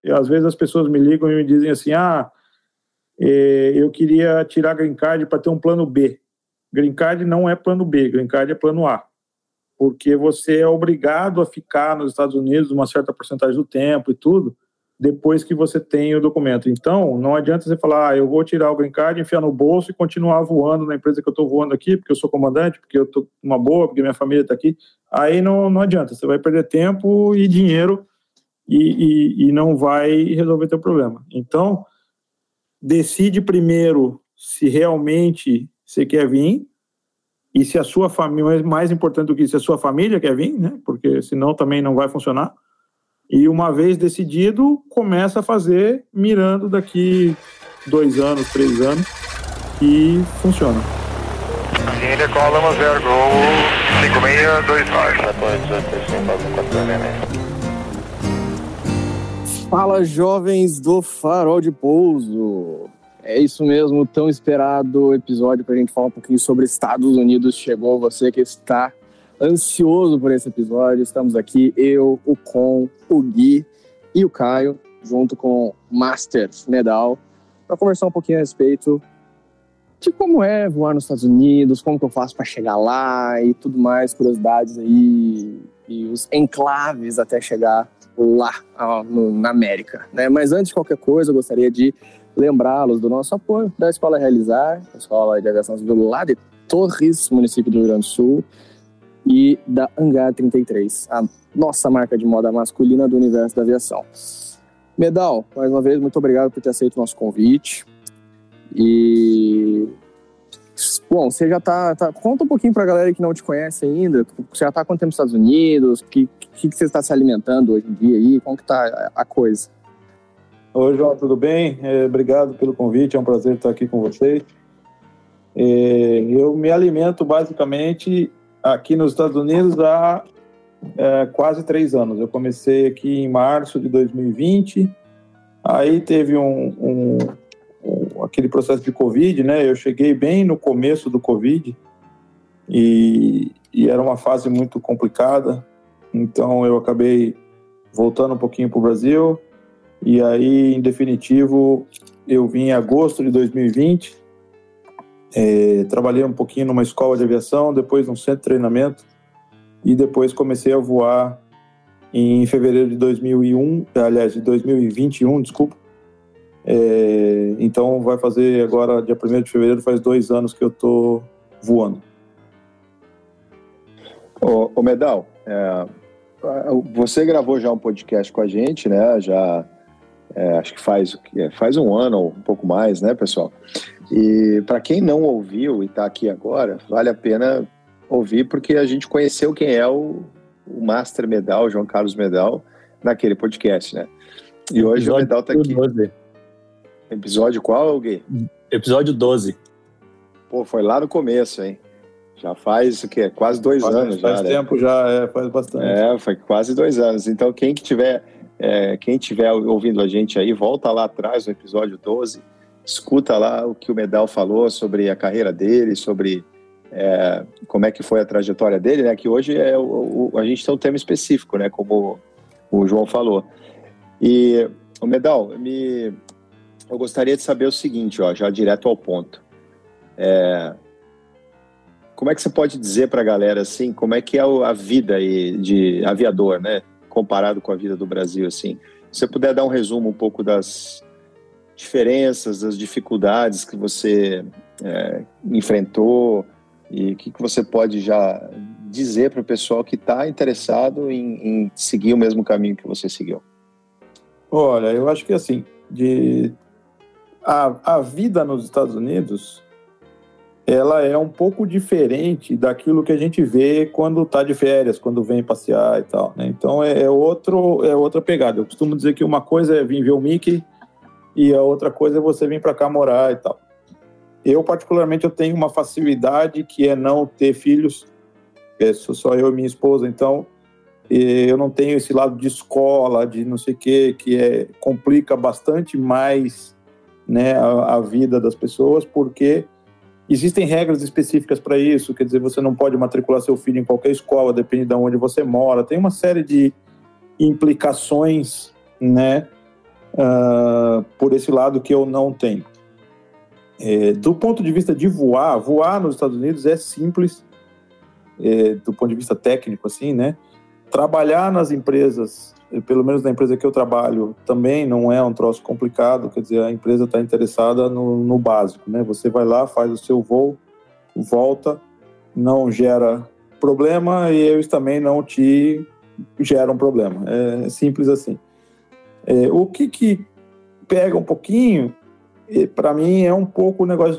às vezes as pessoas me ligam e me dizem assim, eu queria tirar Green Card para ter um plano B. Green Card não é plano B, Green Card é plano A. Porque você é obrigado a ficar nos Estados Unidos uma certa porcentagem do tempo e tudo, depois que você tem o documento. Então, não adianta você falar, eu vou tirar o Green Card, enfiar no bolso e continuar voando na empresa que eu estou voando aqui, porque eu sou comandante, porque eu estou uma boa, porque minha família está aqui. Aí não adianta, você vai perder tempo e dinheiro e não vai resolver teu problema. Então, decide primeiro se realmente você quer vir e se a sua família, mais importante do que isso, se a sua família quer vir, né? Porque senão também não vai funcionar. E uma vez decidido, começa a fazer mirando daqui 2 anos, 3 anos e funciona. Intercom Lama Zero, Gol 5629. Fala, jovens do Farol de Pouso. É isso mesmo, tão esperado episódio para a gente falar um pouquinho sobre Estados Unidos. Chegou, você que está ansioso por esse episódio. Estamos aqui, eu, o Con, o Gui e o Caio, junto com o Master Medal, para conversar um pouquinho a respeito de como é voar nos Estados Unidos, como que eu faço para chegar lá e tudo mais, curiosidades aí e os enclaves até chegar lá na América, né? Mas antes de qualquer coisa, eu gostaria de lembrá-los do nosso apoio da Escola Realizar, a Escola de Aviação Civil lá de Torres, município do Rio Grande do Sul, e da Hangar 33, a nossa marca de moda masculina do universo da aviação. Medal, mais uma vez, muito obrigado por ter aceito o nosso convite. E, bom, você já conta um pouquinho pra galera que não te conhece ainda, você já tá há quanto tempo nos Estados Unidos, que você está se alimentando hoje em dia aí, como que tá a coisa? Oi, João, tudo bem? Obrigado pelo convite, é um prazer estar aqui com vocês. Eu me alimento basicamente aqui nos Estados Unidos há quase 3 anos. Eu comecei aqui em março de 2020, aí teve aquele processo de Covid, né? Eu cheguei bem no começo do Covid e era uma fase muito complicada, então eu acabei voltando um pouquinho para o Brasil e aí, em definitivo, eu vim em agosto de 2020. Trabalhei um pouquinho numa escola de aviação, depois num centro de treinamento e depois comecei a voar em fevereiro de 2021, desculpa. Então vai fazer agora, dia 1º de fevereiro, faz 2 anos que eu tô voando. Ô Medal, você gravou já um podcast com a gente, né? Já acho que faz 1 ano ou um pouco mais, né, pessoal? E para quem não ouviu e está aqui agora, vale a pena ouvir, porque a gente conheceu quem é o Master Medal, João Carlos Medal, naquele podcast, né? E hoje o Medal está aqui. 12. Episódio qual, Gui? Episódio 12. Pô, foi lá no começo, hein? Já faz o quê? Quase 2 anos já, faz tempo, né? Já, faz bastante. Foi quase 2 anos. Então, quem tiver ouvindo a gente aí, volta lá atrás no episódio 12, escuta lá o que o Medal falou sobre a carreira dele, sobre como é que foi a trajetória dele, né? Que hoje a gente tem um tema específico, né? Como o João falou. E, o Medal, eu gostaria de saber o seguinte, ó, já direto ao ponto. Como é que você pode dizer para a galera, assim, como é que é a vida aí de aviador, né? Comparado com a vida do Brasil, assim. Se você puder dar um resumo um pouco das diferenças, das dificuldades que você enfrentou e o que você pode já dizer para o pessoal que está interessado em seguir o mesmo caminho que você seguiu. Olha, eu acho que assim, a vida nos Estados Unidos, ela é um pouco diferente daquilo que a gente vê quando está de férias, quando vem passear e tal, né? Então é outra pegada. Eu costumo dizer que uma coisa é vir ver o Mickey e a outra coisa é você vir para cá morar e tal. Eu, particularmente, eu tenho uma facilidade que é não ter filhos. Sou só eu e minha esposa, então eu não tenho esse lado de escola, de não sei o que complica bastante mais, né, a vida das pessoas, porque existem regras específicas para isso. Quer dizer, você não pode matricular seu filho em qualquer escola, depende de onde você mora. Tem uma série de implicações, né, por esse lado que eu não tenho. Do ponto de vista de voar nos Estados Unidos é simples, do ponto de vista técnico, assim, né? Trabalhar nas empresas, pelo menos na empresa que eu trabalho, também não é um troço complicado, quer dizer, a empresa está interessada no básico, né? Você vai lá, faz o seu voo, volta, não gera problema e eles também não te geram problema. É simples assim. O que pega um pouquinho, para mim, é um pouco o negócio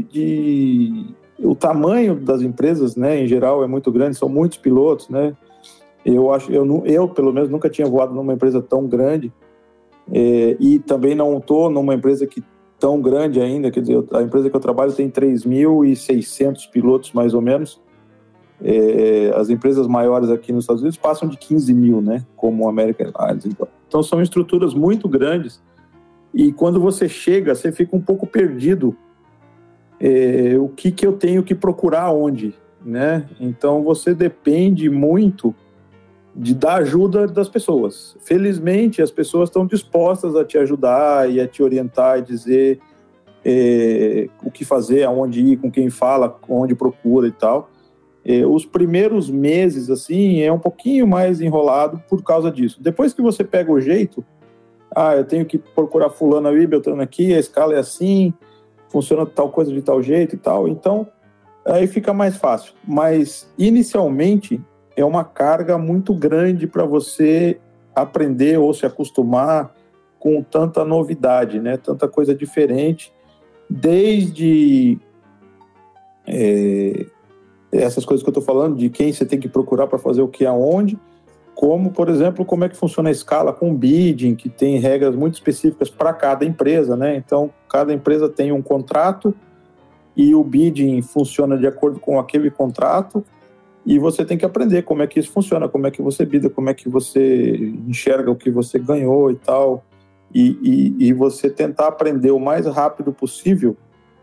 o tamanho das empresas, né, em geral, é muito grande, são muitos pilotos, né? Eu pelo menos, nunca tinha voado numa empresa tão grande, e também não estou numa empresa tão grande ainda, quer dizer, a empresa que eu trabalho tem 3.600 pilotos, mais ou menos. As empresas maiores aqui nos Estados Unidos passam de 15 mil, né, como a American Airlines. Então, são estruturas muito grandes, e quando você chega, você fica um pouco perdido. O que eu tenho que procurar onde, né? Então, você depende muito da ajuda das pessoas. Felizmente, as pessoas estão dispostas a te ajudar e a te orientar e dizer o que fazer, aonde ir, com quem fala, onde procura e tal. Os primeiros meses, assim, é um pouquinho mais enrolado por causa disso. Depois que você pega o jeito, eu tenho que procurar fulano ali, beltrano aqui, a escala é assim, funciona tal coisa de tal jeito e tal, então aí fica mais fácil. Mas, inicialmente, é uma carga muito grande para você aprender ou se acostumar com tanta novidade, né? Tanta coisa diferente, desde essas coisas que eu estou falando, de quem você tem que procurar para fazer o que aonde, como, por exemplo, como é que funciona a escala com bidding, que tem regras muito específicas para cada empresa, né? Então, cada empresa tem um contrato e o bidding funciona de acordo com aquele contrato, e você tem que aprender como é que isso funciona, como é que você bida, como é que você enxerga o que você ganhou e tal, e você tentar aprender o mais rápido possível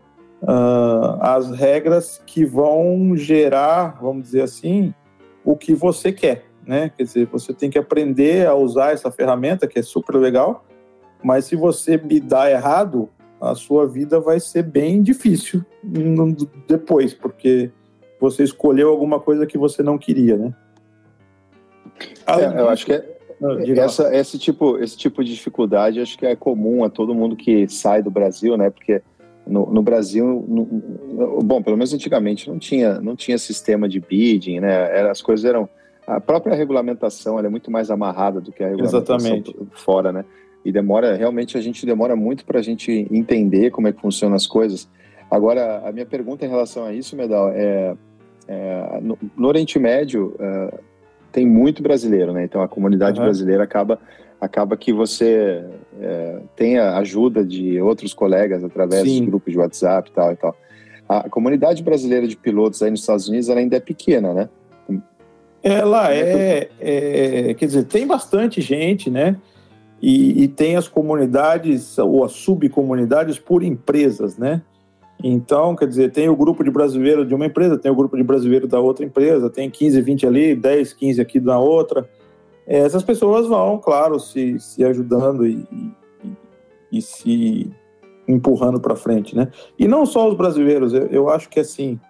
as regras que vão gerar, vamos dizer assim, o que você quer, né? Quer dizer, você tem que aprender a usar essa ferramenta, que é super legal, mas se você bidar errado, a sua vida vai ser bem difícil depois, porque você escolheu alguma coisa que você não queria, né? Eu acho que esse tipo de dificuldade acho que é comum a todo mundo que sai do Brasil, né? Porque no Brasil, bom, pelo menos antigamente não tinha sistema de bidding, né? As coisas eram... A própria regulamentação ela é muito mais amarrada do que a regulamentação fora, né? E realmente a gente demora muito para a gente entender como é que funcionam as coisas. Agora, a minha pergunta em relação a isso, Medal, no Oriente Médio tem muito brasileiro, né? Então a comunidade brasileira acaba que você tem a ajuda de outros colegas através dos grupos de WhatsApp e tal e tal. A comunidade brasileira de pilotos aí nos Estados Unidos ela ainda é pequena, né? Ela quer dizer, tem bastante gente, né? E tem as comunidades ou as subcomunidades por empresas, né? Então, quer dizer, tem o grupo de brasileiro de uma empresa, tem o grupo de brasileiro da outra empresa, tem 15, 20 ali, 10, 15 aqui da outra. Essas pessoas vão, claro, se ajudando e se empurrando para frente, né? E não só os brasileiros, eu acho que assim,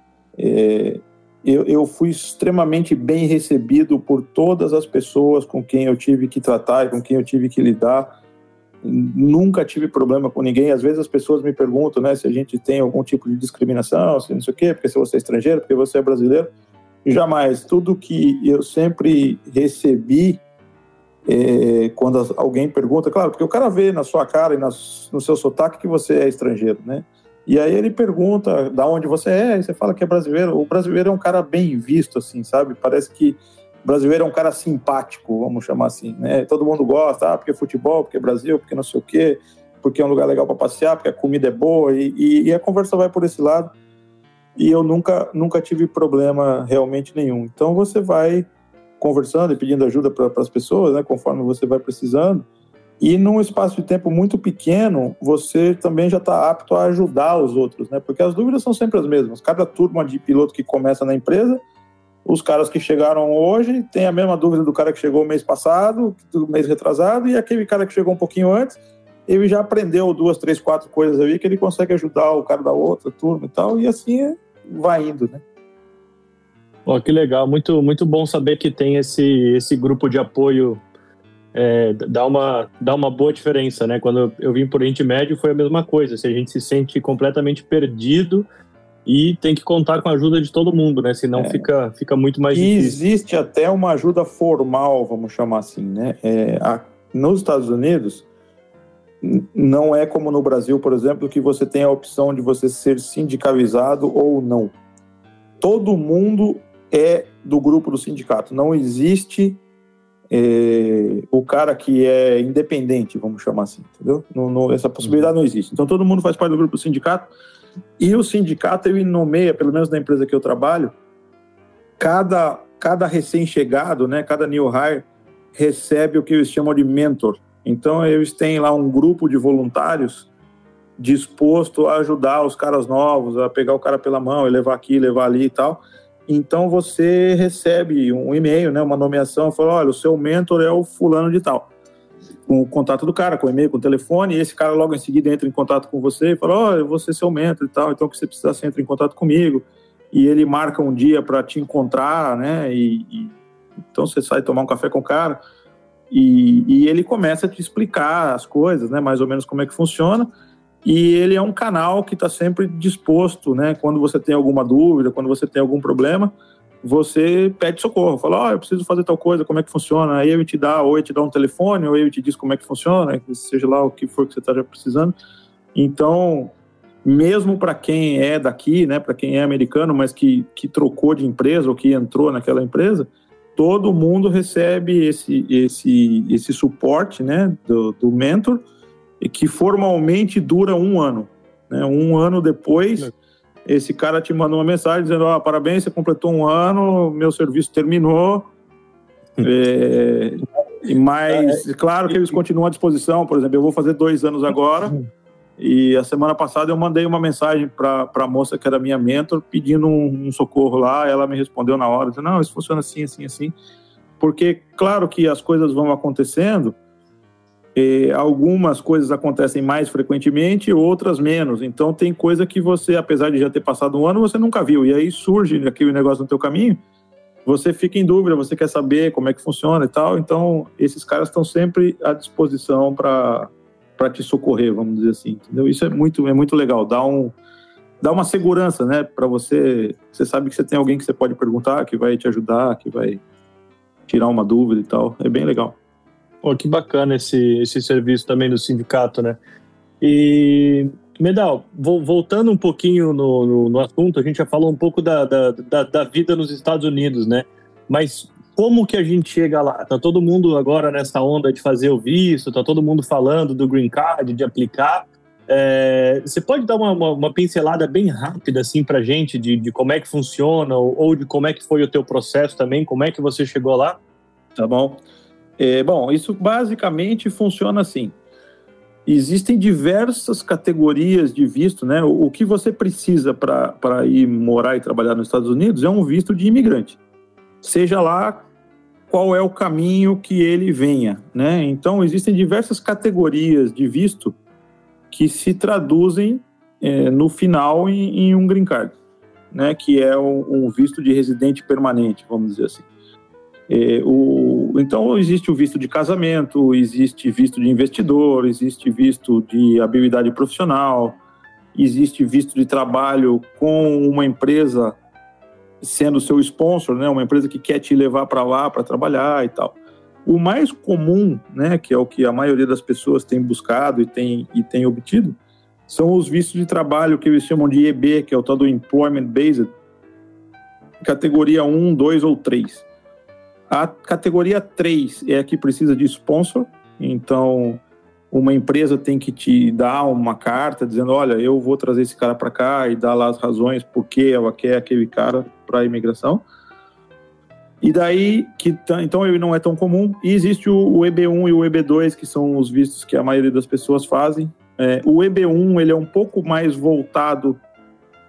eu fui extremamente bem recebido por todas as pessoas com quem eu tive que tratar e com quem eu tive que lidar. Nunca tive problema com ninguém. Às vezes as pessoas me perguntam, né, se a gente tem algum tipo de discriminação, se não sei o quê, porque se você é estrangeiro, porque você é brasileiro. Jamais. Tudo que eu sempre recebi, quando alguém pergunta, claro, porque o cara vê na sua cara e no seu sotaque que você é estrangeiro, né? E aí ele pergunta de onde você é, e você fala que é brasileiro. O brasileiro é um cara bem visto, assim, sabe? Parece que o brasileiro é um cara simpático, vamos chamar assim, né? Todo mundo gosta, porque é futebol, porque é Brasil, porque não sei o quê, porque é um lugar legal para passear, porque a comida é boa, e a conversa vai por esse lado. E eu nunca tive problema realmente nenhum. Então você vai conversando e pedindo ajuda para as pessoas, né, conforme você vai precisando. E num espaço de tempo muito pequeno, você também já está apto a ajudar os outros, né? Porque as dúvidas são sempre as mesmas. Cada turma de piloto que começa na empresa os caras que chegaram hoje têm a mesma dúvida do cara que chegou o mês passado, do mês retrasado, e aquele cara que chegou um pouquinho antes, ele já aprendeu 2, 3, 4 coisas ali que ele consegue ajudar o cara da outra turma e tal, e assim vai indo, né? Oh, que legal, muito, muito bom saber que tem esse grupo de apoio, dá uma boa diferença, né? Quando eu vim por Oriente Médio foi a mesma coisa, se a gente se sente completamente perdido e tem que contar com a ajuda de todo mundo, né? Senão fica muito mais difícil. Existe até uma ajuda formal, vamos chamar assim, né? Nos Estados Unidos, não é como no Brasil, por exemplo, que você tem a opção de você ser sindicalizado ou não. Todo mundo é do grupo do sindicato. Não existe o cara que é independente, vamos chamar assim, entendeu? Essa possibilidade não existe. Então, todo mundo faz parte do grupo do sindicato. E o sindicato, ele nomeia, pelo menos na empresa que eu trabalho, cada recém-chegado, né, cada new hire, recebe o que eles chamam de mentor. Então, eles têm lá um grupo de voluntários disposto a ajudar os caras novos, a pegar o cara pela mão e levar aqui, levar ali e tal. Então, você recebe um e-mail, né, uma nomeação, fala, olha, o seu mentor é o fulano de tal. Com o contato do cara, com o e-mail, com o telefone, e esse cara logo em seguida entra em contato com você e fala, olha, eu vou ser seu mentor e tal, então que você precisar, você entra em contato comigo, e ele marca um dia para te encontrar, né, então você sai tomar um café com o cara, e ele começa a te explicar as coisas, né, mais ou menos como é que funciona, e ele é um canal que está sempre disposto, né, quando você tem alguma dúvida, quando você tem algum problema, você pede socorro, fala, eu preciso fazer tal coisa, como é que funciona? Aí ele te dá um telefone, ou ele te diz como é que funciona, seja lá o que for que você esteja precisando. Então, mesmo para quem é daqui, né, para quem é americano, mas que trocou de empresa ou que entrou naquela empresa, todo mundo recebe esse suporte, né, do mentor, que formalmente dura 1 ano. Né? 1 ano depois... Esse cara te manda uma mensagem dizendo, parabéns, você completou 1 ano, meu serviço terminou. Mas, claro que eles continuam à disposição. Por exemplo, eu vou fazer 2 anos agora, e a semana passada eu mandei uma mensagem para a moça que era minha mentor, pedindo um socorro lá, ela me respondeu na hora, dizendo, não, isso funciona assim, assim, assim. Porque, claro que as coisas vão acontecendo, algumas coisas acontecem mais frequentemente, outras menos. Então tem coisa que você, apesar de já ter passado 1 ano, você nunca viu. E aí surge aquele negócio no teu caminho, você fica em dúvida, você quer saber como é que funciona e tal. Então esses caras estão sempre à disposição para te socorrer, vamos dizer assim. Entendeu? Isso é muito legal. Dá uma segurança, né, para você. Você sabe que você tem alguém que você pode perguntar, que vai te ajudar, que vai tirar uma dúvida e tal. É bem legal. Oh, que bacana esse serviço também do sindicato, né? E, Medal, voltando um pouquinho no assunto, a gente já falou um pouco da vida nos Estados Unidos, né? Mas como que a gente chega lá? Tá todo mundo agora nessa onda de fazer o visto, tá todo mundo falando do Green Card, de aplicar. Você pode dar uma pincelada bem rápida assim pra gente de como é que funciona ou de como é que foi o teu processo também, como é que você chegou lá? Tá bom. Bom, isso basicamente funciona assim. Existem diversas categorias de visto, né? O que você precisa para ir morar e trabalhar nos Estados Unidos é um visto de imigrante. Seja lá qual é o caminho que ele venha, né? Então, existem diversas categorias de visto que se traduzem no final em um green card, né? Que é um visto de residente permanente, vamos dizer assim. Então, existe o visto de casamento, existe visto de investidor, existe visto de habilidade profissional, existe visto de trabalho com uma empresa sendo seu sponsor, né, uma empresa que quer te levar para lá para trabalhar e tal. O mais comum, né, que é o que a maioria das pessoas tem buscado e tem obtido, são os vistos de trabalho que eles chamam de EB, que é o tal do Employment Based, categoria 1, 2 ou 3. A categoria 3 é a que precisa de sponsor, então uma empresa tem que te dar uma carta dizendo, olha, eu vou trazer esse cara para cá e dar lá as razões por que ela quer aquele cara para a imigração. E daí, então ele não é tão comum. E existe o EB1 e o EB2, que são os vistos que a maioria das pessoas fazem. O EB1 ele é um pouco mais voltado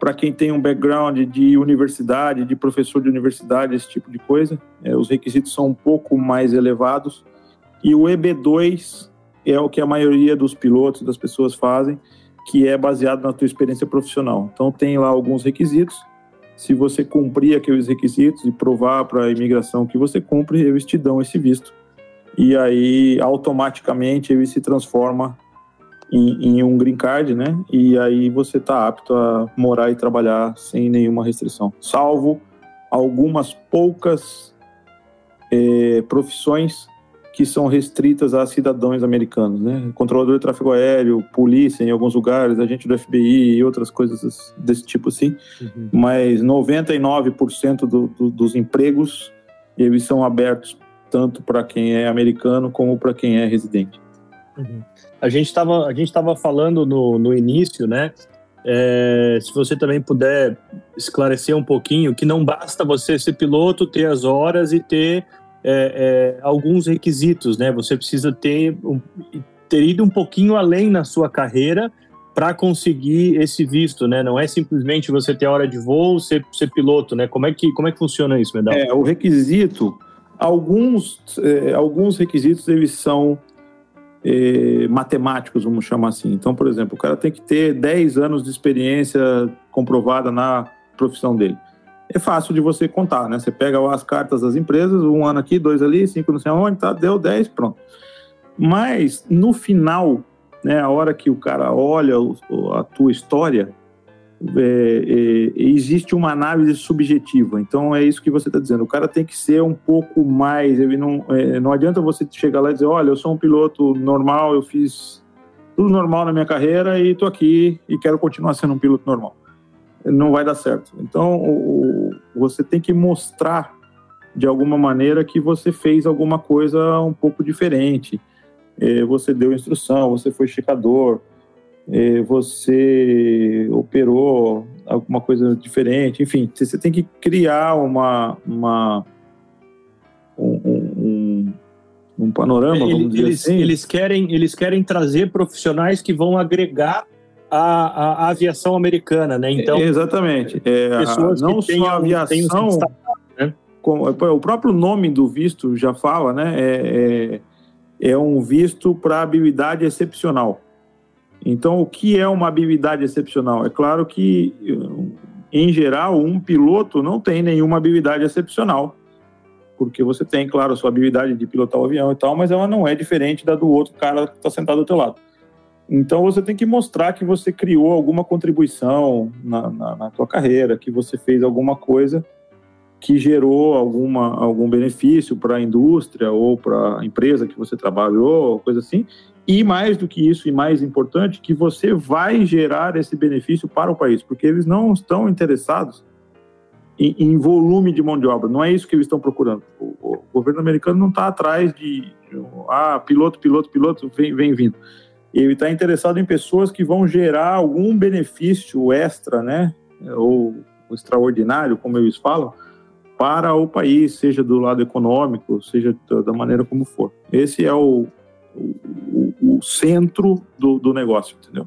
para quem tem um background de universidade, de professor de universidade, esse tipo de coisa. Os requisitos são um pouco mais elevados. E o EB2 é o que a maioria dos pilotos, das pessoas fazem, que é baseado na tua experiência profissional. Então tem lá alguns requisitos. Se você cumprir aqueles requisitos e provar para a imigração que você cumpre, eles te dão esse visto. E aí, automaticamente, ele se transforma em um green card, né? E aí você está apto a morar e trabalhar sem nenhuma restrição. Salvo algumas poucas profissões que são restritas a cidadãos americanos, né? Controlador de tráfego aéreo, polícia em alguns lugares, agente do FBI e outras coisas desse tipo assim. Uhum. Mas 99% dos empregos, eles são abertos tanto para quem é americano como para quem é residente. Uhum. A gente estava falando no início, né? Se você também puder esclarecer um pouquinho que não basta você ser piloto, ter as horas e ter alguns requisitos, né? Você precisa ter ido um pouquinho além na sua carreira para conseguir esse visto, né? Não é simplesmente você ter hora de voo, ser piloto, né? Como é que funciona isso, Medal? O requisito, alguns requisitos eles são matemáticos, vamos chamar assim. Então, por exemplo, o cara tem que ter 10 anos de experiência comprovada na profissão dele. É fácil de você contar, né? Você pega lá as cartas das empresas, 1 ano aqui, 2 ali, 5 não sei aonde, tá, deu 10, pronto. Mas, no final, né, a hora que o cara olha a tua história, existe uma análise subjetiva. Então, é isso que você está dizendo. O cara tem que ser um pouco mais... Ele não adianta você chegar lá e dizer, olha, eu sou um piloto normal, eu fiz tudo normal na minha carreira e estou aqui e quero continuar sendo um piloto normal. Não vai dar certo. Então, você tem que mostrar de alguma maneira que você fez alguma coisa um pouco diferente. Você deu instrução, você foi checador, você operou alguma coisa diferente. Enfim, você tem que criar um panorama, vamos dizer assim. Eles querem trazer profissionais que vão agregar a aviação americana, né? Então, exatamente. Pessoas não que só a aviação, né? O próprio nome do visto já fala, né? É um visto para habilidade excepcional. Então, o que é uma habilidade excepcional? É claro que, em geral, um piloto não tem nenhuma habilidade excepcional, porque você tem, claro, a sua habilidade de pilotar o avião e tal, mas ela não é diferente da do outro cara que está sentado do teu lado. Então, você tem que mostrar que você criou alguma contribuição na tua carreira, que você fez alguma coisa que gerou algum benefício para a indústria ou para a empresa que você trabalhou, coisa assim. E mais do que isso, e mais importante, que você vai gerar esse benefício para o país, porque eles não estão interessados em volume de mão de obra. Não é isso que eles estão procurando. O governo americano não está atrás de piloto, vem vindo. Ele está interessado em pessoas que vão gerar algum benefício extra, né, ou extraordinário, como eles falam, para o país, seja do lado econômico, seja da maneira como for. Esse é o centro do negócio, entendeu?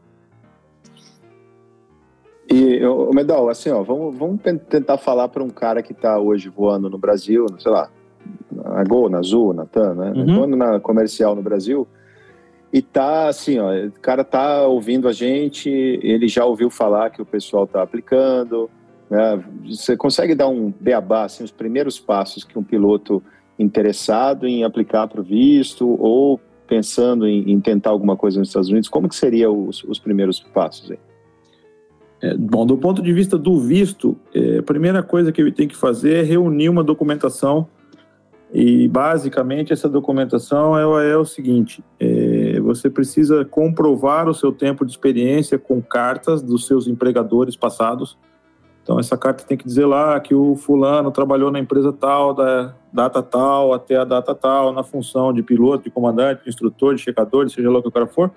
E, Medal, assim, vamos tentar falar para um cara que está hoje voando no Brasil, sei lá, na Gol, na Azul, na TAM, né? Voando na comercial no Brasil, e tá assim, o cara tá ouvindo a gente, ele já ouviu falar que o pessoal tá aplicando, né? Você consegue dar um beabá, assim, os primeiros passos que um piloto interessado em aplicar para o visto ou pensando em tentar alguma coisa nos Estados Unidos, como que seriam os primeiros passos aí? Bom, do ponto de vista do visto, a primeira coisa que ele tem que fazer é reunir uma documentação, e basicamente essa documentação é o seguinte: você precisa comprovar o seu tempo de experiência com cartas dos seus empregadores passados. Então essa carta tem que dizer lá que o fulano trabalhou na empresa tal, da data tal até a data tal, na função de piloto, de comandante, de instrutor, de checador, seja lá o que o cara for,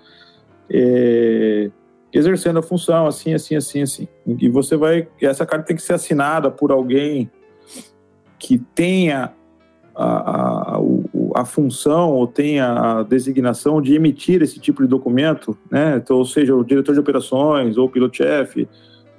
exercendo a função assim. E essa carta tem que ser assinada por alguém que tenha a função ou tenha a designação de emitir esse tipo de documento, né? Então, ou seja, o diretor de operações, ou o piloto-chefe,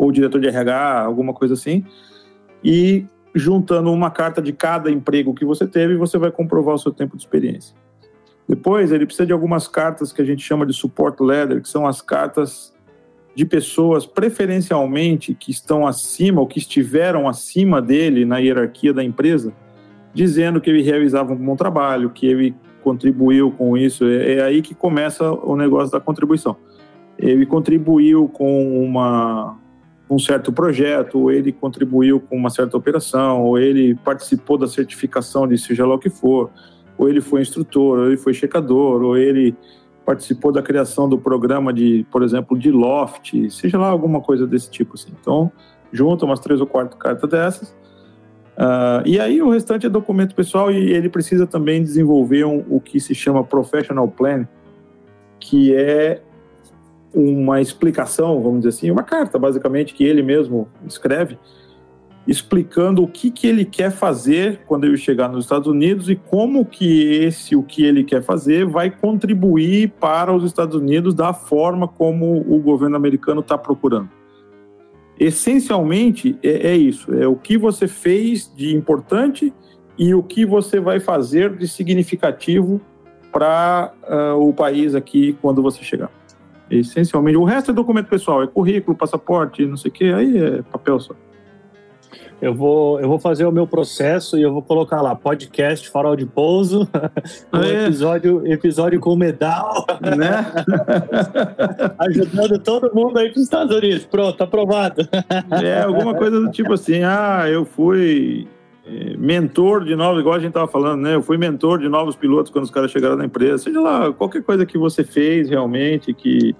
ou diretor de RH, alguma coisa assim, e juntando uma carta de cada emprego que você teve, você vai comprovar o seu tempo de experiência. Depois, ele precisa de algumas cartas que a gente chama de support letter, que são as cartas de pessoas, preferencialmente, que estão acima ou que estiveram acima dele na hierarquia da empresa, dizendo que ele realizava um bom trabalho, que ele contribuiu com isso. É aí que começa o negócio da contribuição. Ele contribuiu com um certo projeto, ou ele contribuiu com uma certa operação, ou ele participou da certificação de seja lá o que for, ou ele foi instrutor, ou ele foi checador, ou ele participou da criação do programa de, por exemplo, de Loft, seja lá alguma coisa desse tipo assim. Então, junta umas 3 ou 4 cartas dessas, e aí o restante é documento pessoal, e ele precisa também desenvolver o que se chama Professional Plan, que é uma explicação, vamos dizer assim, uma carta basicamente que ele mesmo escreve, explicando o que ele quer fazer quando ele chegar nos Estados Unidos e como que o que ele quer fazer vai contribuir para os Estados Unidos da forma como o governo americano está procurando. Essencialmente é isso, é o que você fez de importante e o que você vai fazer de significativo para o país aqui quando você chegar. Essencialmente, o resto é documento pessoal, é currículo, passaporte, não sei o que, aí é papel só. Eu vou fazer o meu processo e eu vou colocar lá, podcast Farol de Pouso, episódio com o Medal, né? Ajudando todo mundo aí para os Estados Unidos. Pronto, aprovado. Alguma coisa do tipo assim, eu fui mentor de novos, igual a gente estava falando, né? Eu fui mentor de novos pilotos quando os caras chegaram na empresa, seja lá, qualquer coisa que você fez realmente que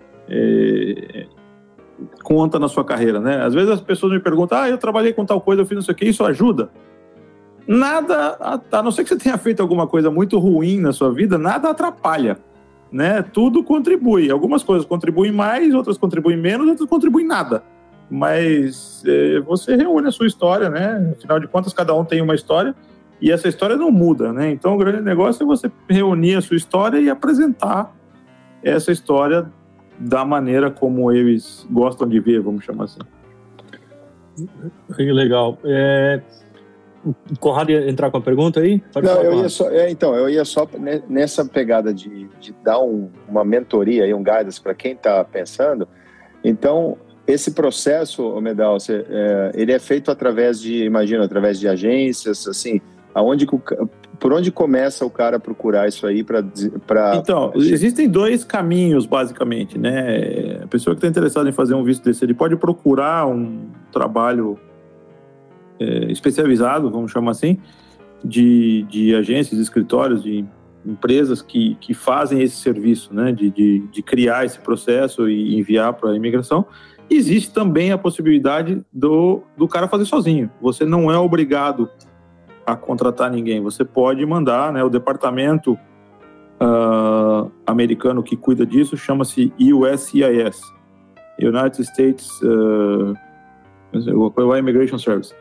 conta na sua carreira, né? Às vezes as pessoas me perguntam, eu trabalhei com tal coisa, eu fiz não sei o que, isso ajuda? Nada, a não ser que você tenha feito alguma coisa muito ruim na sua vida, nada atrapalha, né? Tudo contribui, algumas coisas contribuem mais, outras contribuem menos, outras contribuem nada, mas você reúne a sua história, né? Afinal de contas, cada um tem uma história e essa história não muda, né? Então o grande negócio é você reunir a sua história e apresentar essa história da maneira como eles gostam de ver, vamos chamar assim. Que legal. O Conrado ia entrar com a pergunta aí? Eu ia só nessa pegada de dar uma mentoria, um guidance para quem está pensando. Então, esse processo, Medal, ele é feito através de agências, assim, por onde começa o cara a procurar isso aí para... Então, existem 2 caminhos, basicamente, né? A pessoa que está interessada em fazer um visto desse, ele pode procurar um trabalho especializado, vamos chamar assim, de agências, de escritórios, de empresas que fazem esse serviço, né? De criar esse processo e enviar para a imigração. Existe também a possibilidade do cara fazer sozinho. Você não é obrigado a contratar ninguém. Você pode mandar, né? O departamento americano que cuida disso chama-se USCIS, United States Immigration Service.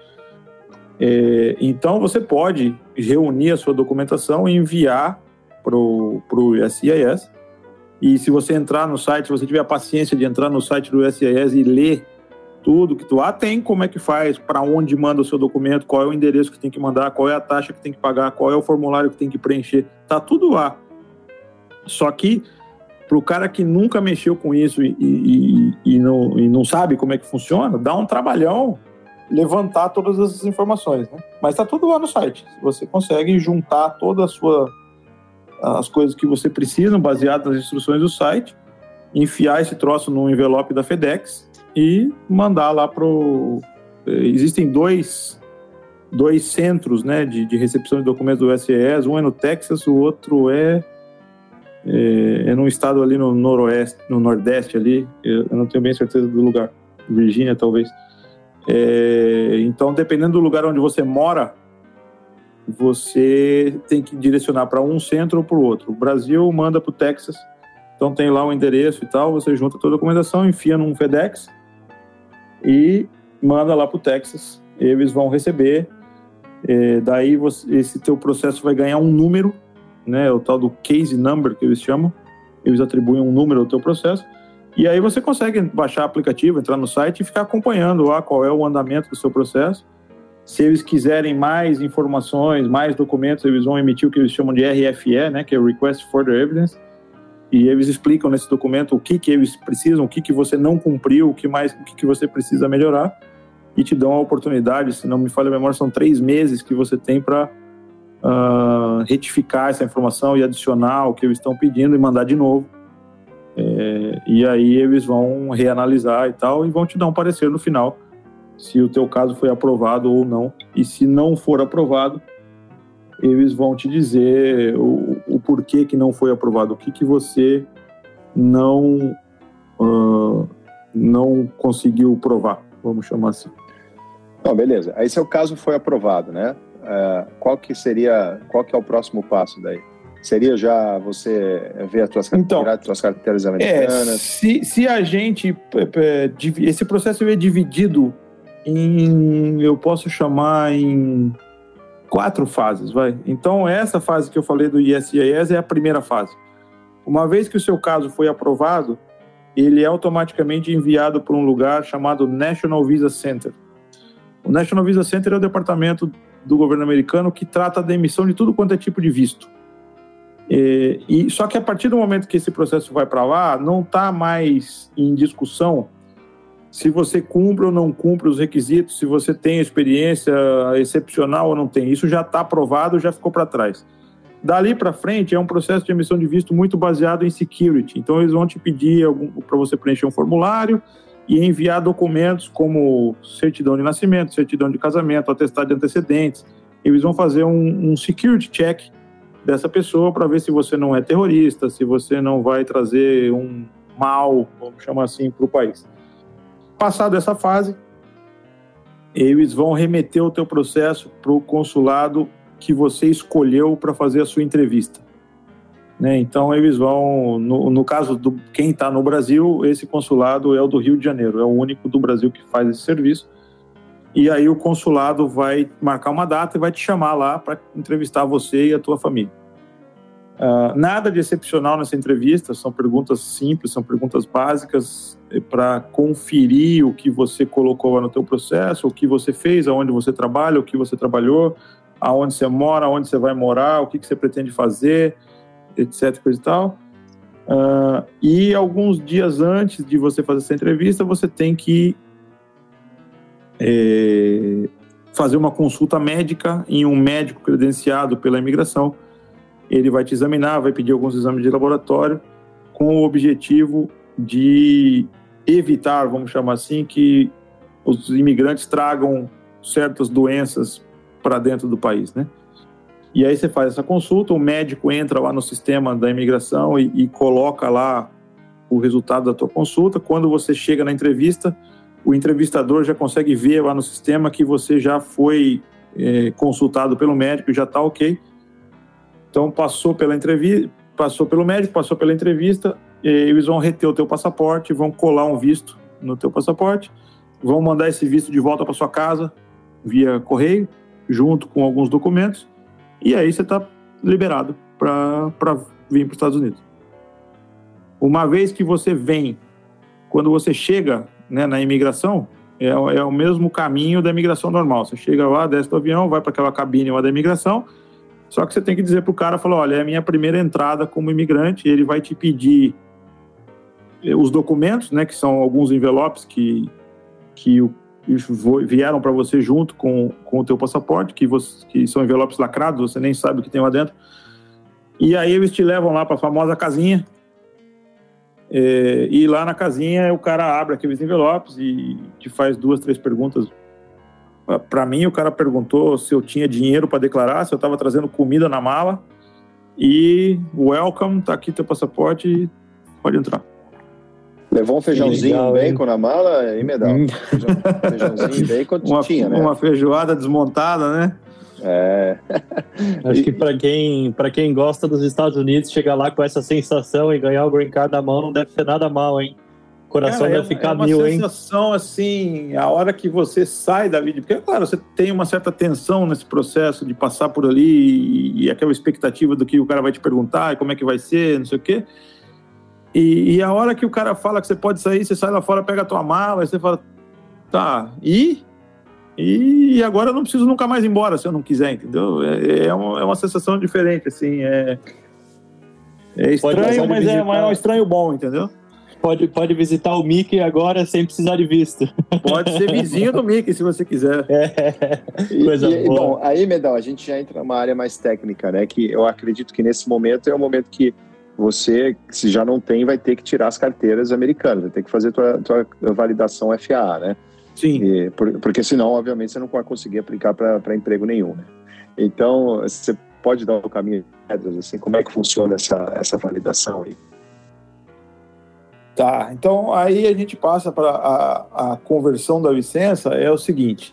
Então você pode reunir a sua documentação e enviar para o USCIS. E se você entrar no site, se você tiver a paciência de entrar no site do USCIS e ler tudo que tu tem, como é que faz, para onde manda o seu documento, qual é o endereço que tem que mandar, qual é a taxa que tem que pagar, qual é o formulário que tem que preencher, tá tudo lá. Só que para o cara que nunca mexeu com isso e não sabe como é que funciona, dá um trabalhão levantar todas essas informações, né? Mas tá tudo lá no site. Você consegue juntar todas as coisas que você precisa, baseado nas instruções do site, enfiar esse troço no envelope da FedEx e mandar lá existem dois centros, né, de recepção de documentos do USCIS, um é no Texas, o outro é num estado ali no nordeste ali, eu não tenho bem certeza do lugar, Virgínia talvez. Então, dependendo do lugar onde você mora, você tem que direcionar para um centro ou para o outro. O Brasil manda para o Texas, então tem lá o endereço e tal, você junta toda a documentação, enfia num FedEx e manda lá para o Texas, eles vão receber, daí esse teu processo vai ganhar um número, né, o tal do case number que eles chamam, eles atribuem um número ao teu processo, E aí você consegue baixar o aplicativo, entrar no site e ficar acompanhando lá qual é o andamento do seu processo. Se eles quiserem mais informações, mais documentos, eles vão emitir o que eles chamam de RFE, né, que é o Request for Further Evidence, e eles explicam nesse documento o que eles precisam, o que você não cumpriu, o que você precisa melhorar, e te dão a oportunidade, se não me falha a memória, são 3 meses que você tem para retificar essa informação e adicionar o que eles estão pedindo e mandar de novo. E aí eles vão reanalisar e tal, e vão te dar um parecer no final, se o teu caso foi aprovado ou não. E se não for aprovado, eles vão te dizer o porquê que não foi aprovado, o que você não conseguiu provar, vamos chamar assim. Não, beleza. Aí seu caso foi aprovado, né? Qual que é o próximo passo daí? Seria já você ver as tuas carteiras americanas? Se a gente... Esse processo é dividido eu posso chamar em 4 fases, vai. Então, essa fase que eu falei do USCIS é a primeira fase. Uma vez que o seu caso foi aprovado, ele é automaticamente enviado para um lugar chamado National Visa Center. O National Visa Center é o departamento do governo americano que trata da emissão de tudo quanto é tipo de visto. Só que a partir do momento que esse processo vai para lá, não está mais em discussão se você cumpre ou não cumpre os requisitos, se você tem experiência excepcional ou não tem. Isso já está aprovado, já ficou para trás. Dali para frente é um processo de emissão de visto muito baseado em security. Então eles vão te pedir para você preencher um formulário e enviar documentos como certidão de nascimento, certidão de casamento, atestado de antecedentes. Eles vão fazer um security check dessa pessoa para ver se você não é terrorista, se você não vai trazer um mal, vamos chamar assim, para o país. Passado essa fase, eles vão remeter o teu processo para o consulado que você escolheu para fazer a sua entrevista. Né? Então, eles vão... No caso de quem está no Brasil, esse consulado é o do Rio de Janeiro. É o único do Brasil que faz esse serviço. E aí o consulado vai marcar uma data e vai te chamar lá para entrevistar você e a tua família. Nada de excepcional nessa entrevista, são perguntas simples, são perguntas básicas para conferir o que você colocou lá no teu processo, o que você fez, aonde você trabalha, o que você trabalhou, aonde você mora, aonde você vai morar, o que você pretende fazer, etc, coisa e tal. E alguns dias antes de você fazer essa entrevista, você tem que fazer uma consulta médica em um médico credenciado pela imigração. Ele vai te examinar, vai pedir alguns exames de laboratório com o objetivo de evitar, vamos chamar assim, que os imigrantes tragam certas doenças para dentro do país, né? E aí você faz essa consulta, o médico entra lá no sistema da imigração e coloca lá o resultado da tua consulta. Quando você chega na entrevista, o entrevistador já consegue ver lá no sistema que você já foi consultado pelo médico, já está ok. Então, passou pelo médico, passou pela entrevista, eles vão reter o teu passaporte, vão colar um visto no teu passaporte, vão mandar esse visto de volta para sua casa via correio, junto com alguns documentos, e aí você está liberado para vir para os Estados Unidos. Uma vez que você vem, quando você chega, né, na imigração, é o mesmo caminho da imigração normal. Você chega lá, desce do avião, vai para aquela cabine lá da imigração. Só que você tem que dizer para o cara, olha, é a minha primeira entrada como imigrante, ele vai te pedir os documentos, né, que são alguns envelopes que vieram para você junto com o teu passaporte, que são envelopes lacrados, você nem sabe o que tem lá dentro. E aí eles te levam lá para a famosa casinha, e lá na casinha o cara abre aqueles envelopes e te faz 2, 3 perguntas. Para mim, o cara perguntou se eu tinha dinheiro para declarar, se eu estava trazendo comida na mala. E welcome, tá aqui teu passaporte, pode entrar. Levou um feijãozinho, bacon na mala, aí medal. Feijãozinho, bacon tinha, né? Uma feijoada desmontada, né? Acho que para quem gosta dos Estados Unidos, chegar lá com essa sensação e ganhar o green card na mão não deve ser nada mal, hein? O coração deve ficar mil, hein? É uma sensação, assim, a hora que você sai da vida, porque, claro, você tem uma certa tensão nesse processo de passar por ali e aquela expectativa do que o cara vai te perguntar e como é que vai ser, não sei o quê. E a hora que o cara fala que você pode sair, você sai lá fora, pega a tua mala, aí você fala, tá, e agora eu não preciso nunca mais ir embora se eu não quiser, entendeu? É uma sensação diferente, assim, é estranho, mas é um estranho bom, entendeu? Pode visitar o Mickey agora sem precisar de visto. Pode ser vizinho do Mickey, se você quiser. Coisa boa. Bom, aí, Medal, a gente já entra numa área mais técnica, né? Que eu acredito que nesse momento é o momento que você, se já não tem, vai ter que tirar as carteiras americanas, vai ter que fazer tua validação FAA, né? Sim. Porque senão, obviamente, você não vai conseguir aplicar para emprego nenhum, né? Então, você pode dar o caminho de pedras, assim, como é que funciona essa validação aí? Tá, então aí a gente passa para a conversão da licença. É o seguinte,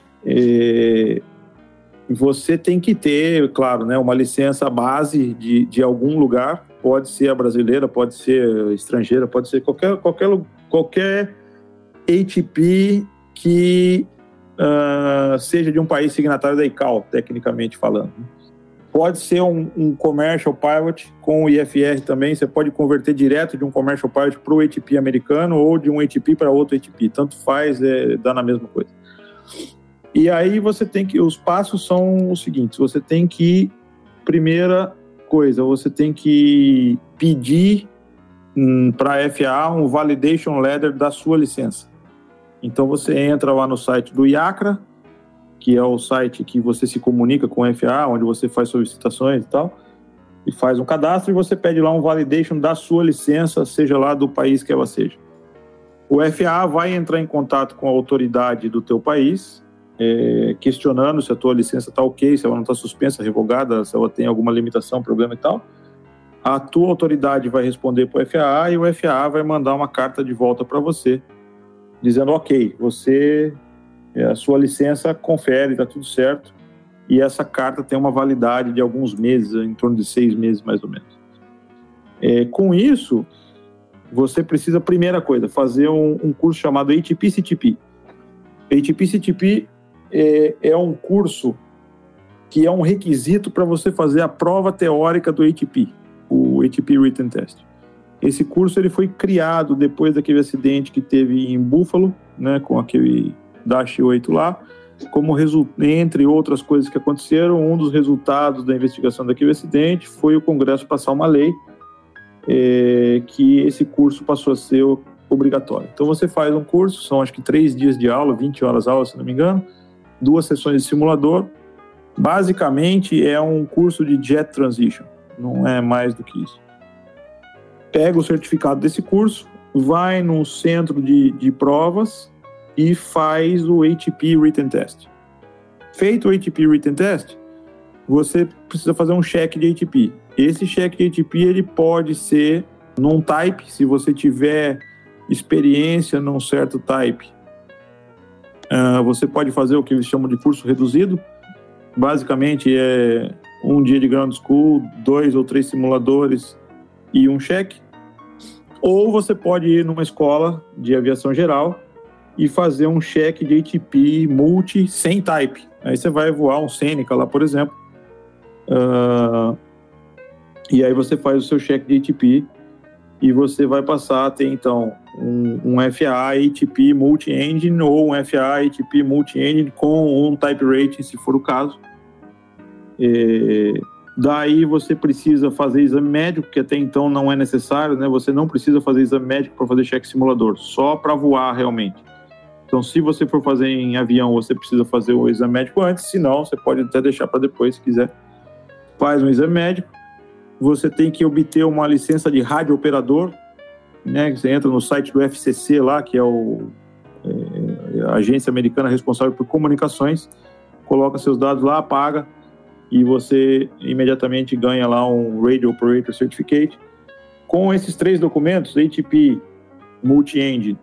você tem que ter, claro, né, uma licença base de algum lugar, pode ser a brasileira, pode ser estrangeira, pode ser qualquer ATP que seja de um país signatário da ICAO, tecnicamente falando. Pode ser um Commercial Pilot com o IFR também, você pode converter direto de um Commercial Pilot para o ATP americano ou de um ATP para outro ATP, tanto faz, dá na mesma coisa. E aí os passos são os seguintes, você tem que, primeira coisa, você tem que pedir para a FAA um Validation Letter da sua licença. Então você entra lá no site do IACRA, que é o site que você se comunica com o FAA, onde você faz solicitações e tal, e faz um cadastro e você pede lá um validation da sua licença, seja lá do país que ela seja. O FAA vai entrar em contato com a autoridade do teu país, questionando se a tua licença está ok, se ela não está suspensa, revogada, se ela tem alguma limitação, problema e tal. A tua autoridade vai responder para o FAA e o FAA vai mandar uma carta de volta para você, dizendo, ok, a sua licença confere, está tudo certo, e essa carta tem uma validade de alguns meses, em torno de 6 meses mais ou menos. Com isso, você precisa, primeira coisa, fazer um curso chamado ATP-CTP. ATP-CTP é um curso que é um requisito para você fazer a prova teórica do ATP, o ATP Written Test. Esse curso ele foi criado depois daquele acidente que teve em Buffalo, né, com aquele Dash 8 lá, entre outras coisas que aconteceram, um dos resultados da investigação daquele acidente foi o Congresso passar uma lei que esse curso passou a ser obrigatório. Então você faz um curso, são acho que 3 dias de aula, 20 horas aula, se não me engano, 2 sessões de simulador. Basicamente é um curso de Jet Transition, não é mais do que isso. Pega o certificado desse curso, vai num centro de provas e faz o ATP Written Test. Feito o ATP Written Test, você precisa fazer um check de ATP. Esse check de ATP ele pode ser num type, se você tiver experiência num certo type. Você pode fazer o que eles chamam de curso reduzido. Basicamente é 1 dia de ground school, 2 ou 3 simuladores e um check. Ou você pode ir numa escola de aviação geral e fazer um check de ATP multi sem type. Aí você vai voar um Seneca lá, por exemplo. E aí você faz o seu check de ATP e você vai passar a ter, então, um FAA ATP multi-engine ou um FAA ATP multi-engine com um type rating, se for o caso. Daí você precisa fazer exame médico, que até então não é necessário, né? Você não precisa fazer exame médico para fazer check simulador, só para voar realmente. Então, se você for fazer em avião, você precisa fazer o exame médico antes, se não, você pode até deixar para depois, se quiser. Faz um exame médico, você tem que obter uma licença de radiooperador, né? Você entra no site do FCC lá, que é a agência americana responsável por comunicações, coloca seus dados lá, paga, e você imediatamente ganha lá um Radio Operator Certificate. Com esses 3 documentos, ATP, Multi-Engine,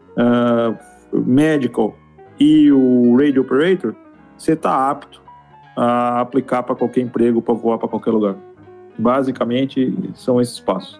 Medical e o Radio Operator, você está apto a aplicar para qualquer emprego, para voar para qualquer lugar. Basicamente, são esses passos.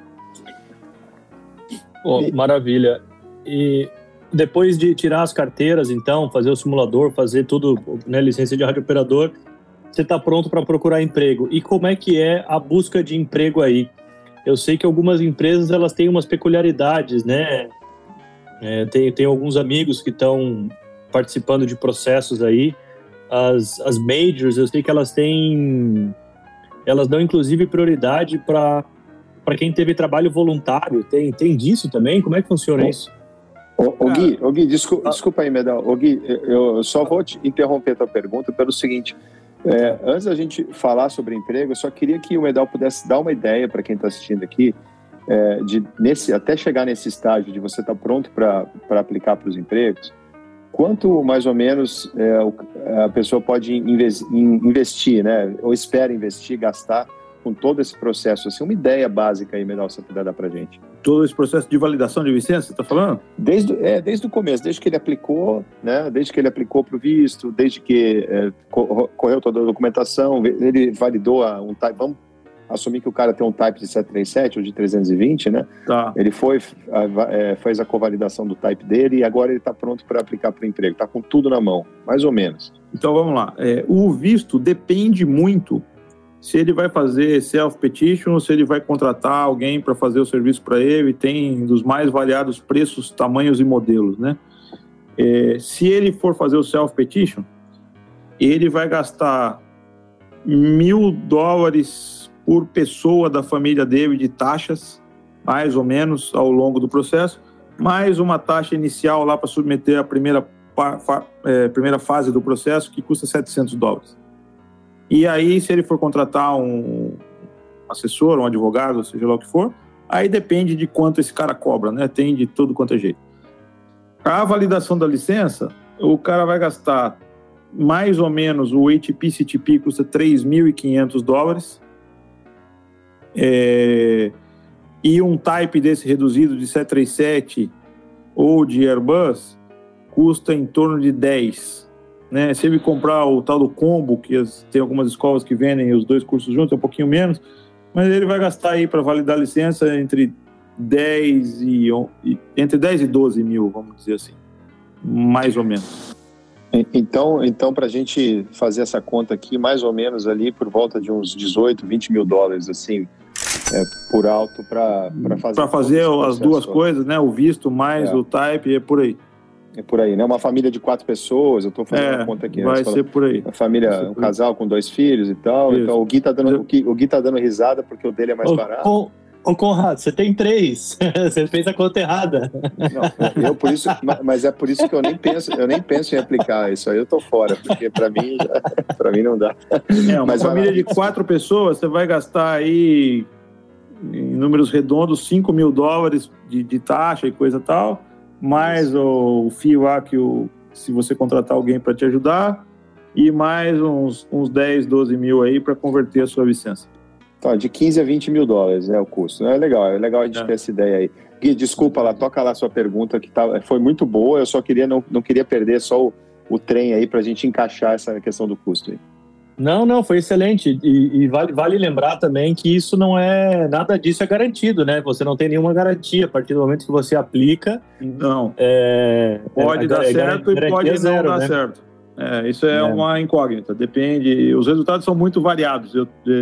Maravilha. E depois de tirar as carteiras, então, fazer o simulador, fazer tudo, né, licença de radiooperador, você está pronto para procurar emprego. E como é que é a busca de emprego aí? eu sei que algumas empresas elas têm umas peculiaridades, né? Tem alguns amigos que estão participando de processos aí. As majors, eu sei que elas dão inclusive prioridade para quem teve trabalho voluntário. Tem disso também? Como é que funciona isso? Gui, desculpa aí, Medal. Gui, eu só vou te interromper a tua pergunta pelo seguinte. Antes da gente falar sobre emprego, eu só queria que o Medal pudesse dar uma ideia para quem está assistindo aqui, até chegar nesse estágio de você estar pronto para aplicar para os empregos, quanto mais ou menos a pessoa pode investir, né? Ou espera investir, gastar com todo esse processo, assim, uma ideia básica aí, Medal, se você puder dar para a gente. Todo esse processo de validação de licença, você está falando? Desde o começo, desde que ele aplicou, né? Desde que ele aplicou para o visto, desde que correu toda a documentação, ele validou um type, vamos assumir que o cara tem um type de 737 ou de 320, né? Tá. Ele fez a convalidação do type dele e agora ele está pronto para aplicar para o emprego, está com tudo na mão, mais ou menos. Então vamos lá, o visto depende muito se ele vai fazer self-petition ou se ele vai contratar alguém para fazer o serviço para ele. Tem dos mais variados preços, tamanhos e modelos, né? Se ele for fazer o self-petition, ele vai gastar $1.000 por pessoa da família dele de taxas, mais ou menos, ao longo do processo, mais uma taxa inicial lá para submeter a primeira fase do processo, que custa $700. E aí, se ele for contratar um assessor, um advogado, seja lá o que for, aí depende de quanto esse cara cobra, né? Tem de tudo quanto é jeito. A validação da licença, o cara vai gastar mais ou menos, o ATP-CTP custa $3.500, e um type desse reduzido de 737 ou de Airbus custa em torno de 10. Né? Se ele comprar o tal do combo, que tem algumas escolas que vendem os dois cursos juntos, é um pouquinho menos, mas ele vai gastar aí para validar a licença entre 10 e 12 mil, vamos dizer assim, mais ou menos. Então para a gente fazer essa conta aqui, mais ou menos ali por volta de uns 18, 20 mil dólares, assim, por alto, para fazer... Para fazer as duas coisas, né? O visto mais o type, é por aí. É por aí, né? Uma família de 4 pessoas, eu estou fazendo uma conta aqui. Vai ser por aí. Uma família, um casal com 2 filhos e tal. Isso. Então o Gui tá dando risada porque o dele é mais barato. Ô Conrado, você tem 3. Você fez a conta errada. Não, mas é por isso que eu nem penso em aplicar isso aí. Eu tô fora, porque para mim não dá. Uma família de 4 pessoas, você vai gastar aí, em números redondos, $5 mil de taxa e coisa tal, mais o fio lá se você contratar alguém para te ajudar, e mais uns 10, 12 mil aí para converter a sua licença. Tá, de 15 a 20 mil dólares, né, o custo. É legal a gente ter essa ideia aí. Gui, desculpa lá, toca lá a sua pergunta, que foi muito boa, eu só não queria perder só o trem aí para a gente encaixar essa questão do custo aí. Não, foi excelente. E vale lembrar também que isso não é... Nada disso é garantido, né? Você não tem nenhuma garantia. A partir do momento que você aplica... Não. Pode dar certo e pode não dar certo. Isso é uma incógnita. Depende... Os resultados são muito variados.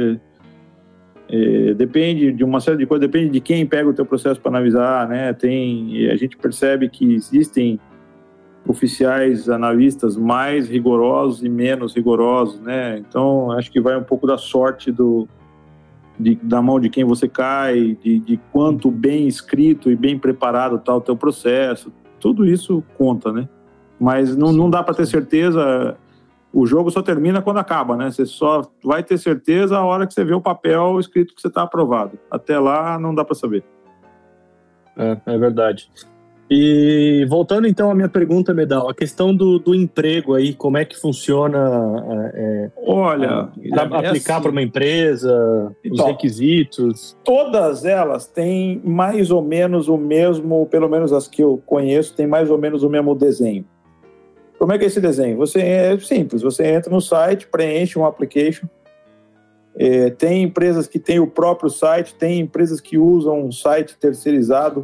Depende de uma série de coisas. Depende de quem pega o teu processo para analisar, né? A gente percebe que existem oficiais analistas mais rigorosos e menos rigorosos, né? Então, acho que vai um pouco da sorte da mão de quem você cai, de quanto bem escrito e bem preparado está o teu processo. Tudo isso conta, né? Mas não dá para ter certeza. O jogo só termina quando acaba, né? Você só vai ter certeza a hora que você vê o papel escrito que você está aprovado. Até lá, não dá para saber. É verdade. E voltando então à minha pergunta, Medal, a questão do emprego aí, como é que funciona? Aplicar para uma empresa, os requisitos? Todas elas têm mais ou menos o mesmo, pelo menos as que eu conheço, tem mais ou menos o mesmo desenho. Como é que é esse desenho? É simples, você entra no site, preenche um application. Tem empresas que têm o próprio site, tem empresas que usam um site terceirizado,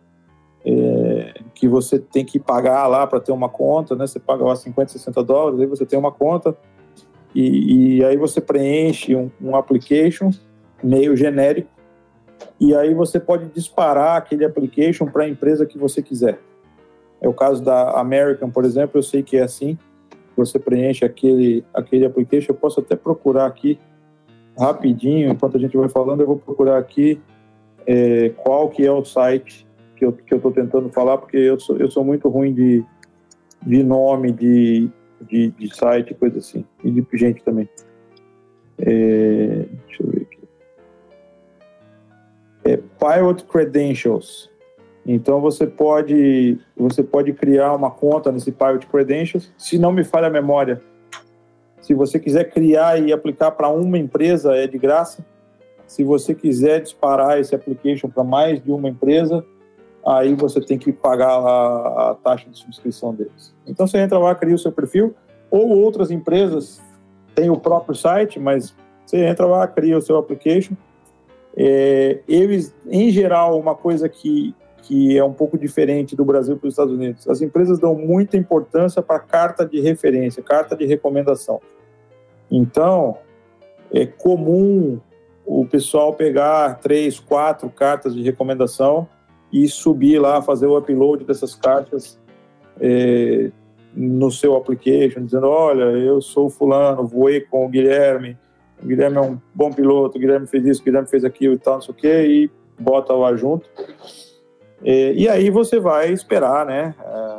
que você tem que pagar lá para ter uma conta, né? Você paga lá $50, $60, aí você tem uma conta e aí você preenche um application meio genérico e aí você pode disparar aquele application para a empresa que você quiser. É o caso da American, por exemplo, eu sei que é assim, você preenche aquele application, eu posso até procurar aqui rapidinho, enquanto a gente vai falando, eu vou procurar aqui qual que é o site que eu estou tentando falar, porque eu sou muito ruim de nome, de site, coisa assim, e de gente também. Deixa eu ver aqui. Pilot Credentials. Então você pode criar uma conta nesse Pilot Credentials. Se não me falha a memória, se você quiser criar e aplicar para uma empresa, é de graça. Se você quiser disparar esse application para mais de uma empresa, aí você tem que pagar a taxa de subscrição deles. Então você entra lá, cria o seu perfil, ou outras empresas têm o próprio site, mas você entra lá, cria o seu application. Eles, em geral, uma coisa que é um pouco diferente do Brasil para os Estados Unidos, as empresas dão muita importância para carta de referência, carta de recomendação. Então, é comum o pessoal pegar 3, 4 cartas de recomendação e subir lá, fazer o upload dessas cartas no seu application, dizendo, olha, eu sou fulano, voei com o Guilherme é um bom piloto, o Guilherme fez isso, o Guilherme fez aquilo e tal, não sei o quê, e bota lá junto. E aí você vai esperar, né,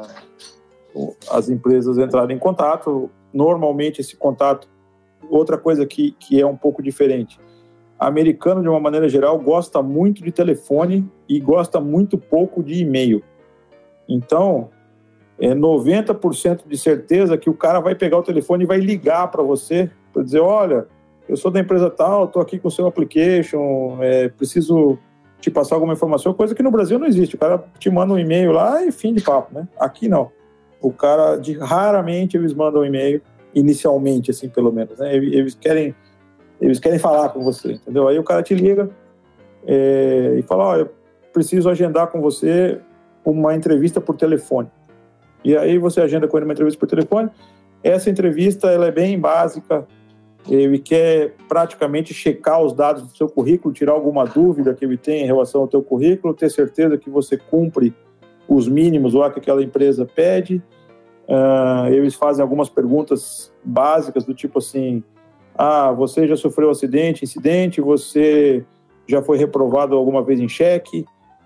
as empresas entrarem em contato. Normalmente esse contato, outra coisa que é um pouco diferente, americano, de uma maneira geral, gosta muito de telefone e gosta muito pouco de e-mail. Então, 90% de certeza que o cara vai pegar o telefone e vai ligar para você, para dizer, olha, eu sou da empresa tal, estou aqui com o seu application, preciso te passar alguma informação, coisa que no Brasil não existe. O cara te manda um e-mail lá e fim de papo, né? Aqui não. O cara, raramente eles mandam um e-mail, inicialmente, assim, pelo menos, né? Eles querem falar com você, entendeu? Aí o cara te liga e fala, olha, eu preciso agendar com você uma entrevista por telefone. E aí você agenda com ele uma entrevista por telefone. Essa entrevista, ela é bem básica. Ele quer praticamente checar os dados do seu currículo, tirar alguma dúvida que ele tem em relação ao teu currículo, ter certeza que você cumpre os mínimos lá que aquela empresa pede. Eles fazem algumas perguntas básicas do tipo assim, você já sofreu incidente, você já foi reprovado alguma vez em cheque,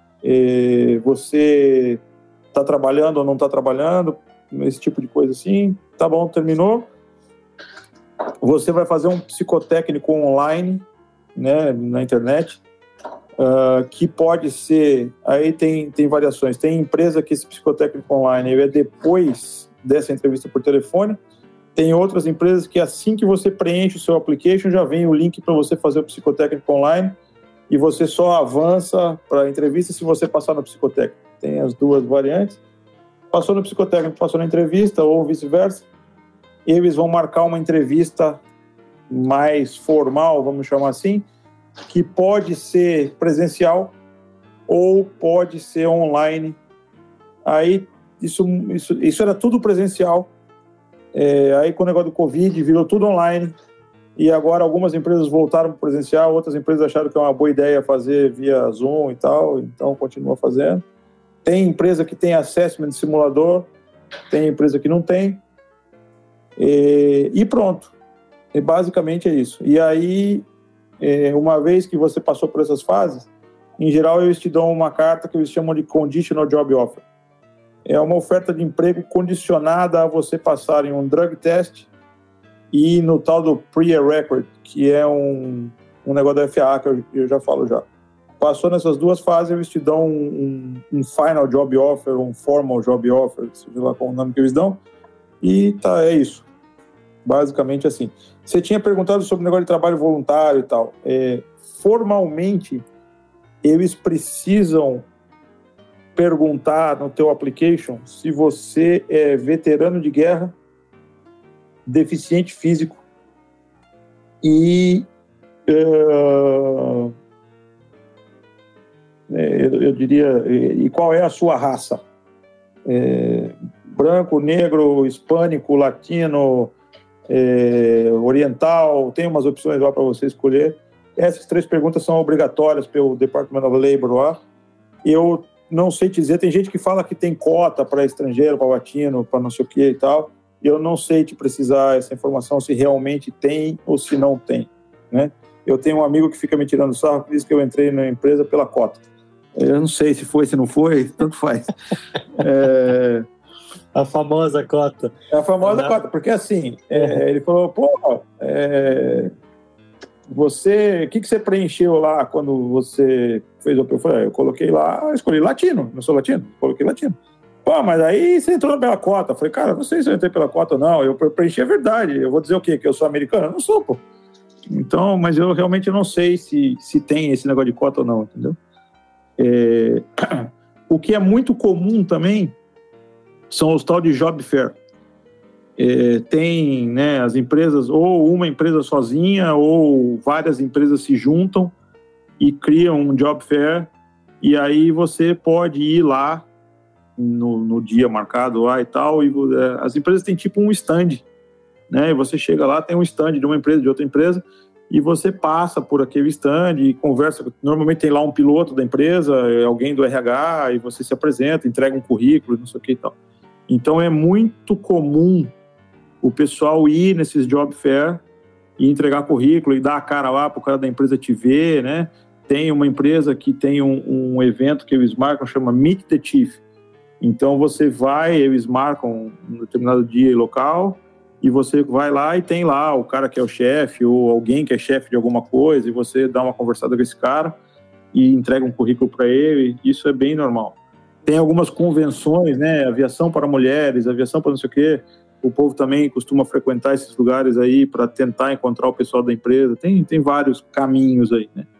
você está trabalhando ou não está trabalhando, esse tipo de coisa assim. Tá bom, terminou. Você vai fazer um psicotécnico online, né, na internet, que pode ser, aí tem variações. Tem empresa que esse psicotécnico online é depois dessa entrevista por telefone. Tem outras empresas que assim que você preenche o seu application, já vem o link para você fazer o psicotécnico online e você só avança para a entrevista se você passar no psicotécnico. Tem as duas variantes. Passou no psicotécnico, passou na entrevista ou vice-versa. Eles vão marcar uma entrevista mais formal, vamos chamar assim, que pode ser presencial ou pode ser online. Aí, isso era tudo presencial. Aí, com o negócio do Covid, virou tudo online. E agora, algumas empresas voltaram para o presencial, outras empresas acharam que é uma boa ideia fazer via Zoom e tal, então continua fazendo. Tem empresa que tem assessment de simulador, tem empresa que não tem. E pronto. Basicamente é isso. E aí, uma vez que você passou por essas fases, em geral eles te dão uma carta que eles chamam de Conditional Job Offer. É uma oferta de emprego condicionada a você passar em um drug test e no tal do pre-record, que é um negócio da FAA, que eu já falo já. Passou nessas duas fases, eles te dão um Final Job Offer, um Formal Job Offer, seja lá qual o nome que eles dão, e tá, é isso. Basicamente assim. Você tinha perguntado sobre o negócio de trabalho voluntário e tal. Formalmente, eles precisam perguntar no teu application se você é veterano de guerra, deficiente físico e eu diria, e qual é a sua raça? Branco, negro, hispânico, latino, oriental, tem umas opções lá para você escolher. essas 3 perguntas são obrigatórias pelo Department of Labor lá. Eu não sei te dizer, tem gente que fala que tem cota para estrangeiro, para latino, para não sei o que e tal. Eu não sei te precisar essa informação se realmente tem ou se não tem, né? Eu tenho um amigo que fica me tirando sarro, que diz que eu entrei na empresa pela cota. Eu não sei se foi, se não foi, tanto faz. A famosa cota. É a famosa cota, porque assim, ele falou, você, o que você preencheu lá quando você fez o... Eu falei, eu coloquei lá, eu escolhi latino, não sou latino, coloquei latino. Pô, mas aí você entrou pela cota. Eu falei, cara, não sei se eu entrei pela cota ou não, eu preenchi a verdade, eu vou dizer o quê? Que eu sou americano? Eu não sou, pô. Então, mas eu realmente não sei se tem esse negócio de cota ou não, entendeu? O que é muito comum também são os tal de job fair. Tem, né, as empresas, ou uma empresa sozinha, ou várias empresas se juntam e criam um job fair, e aí você pode ir lá no dia marcado lá e tal, e as empresas têm tipo um stand, né, e você chega lá, tem um stand de uma empresa, de outra empresa, e você passa por aquele stand e conversa, normalmente tem lá um piloto da empresa, alguém do RH, e você se apresenta, entrega um currículo, não sei o que e tal. Então é muito comum o pessoal ir nesses job fair e entregar currículo e dar a cara lá para o cara da empresa te ver, né? Tem uma empresa que tem um evento que eles marcam, chama Meet the Chief. Então você vai, eles marcam um determinado dia e local, e você vai lá e tem lá o cara que é o chefe ou alguém que é chefe de alguma coisa, e você dá uma conversada com esse cara e entrega um currículo para ele. Isso é bem normal. Tem algumas convenções, né? Aviação para mulheres, aviação para não sei o quê. O povo também costuma frequentar esses lugares aí para tentar encontrar o pessoal da empresa. Tem vários caminhos aí, né?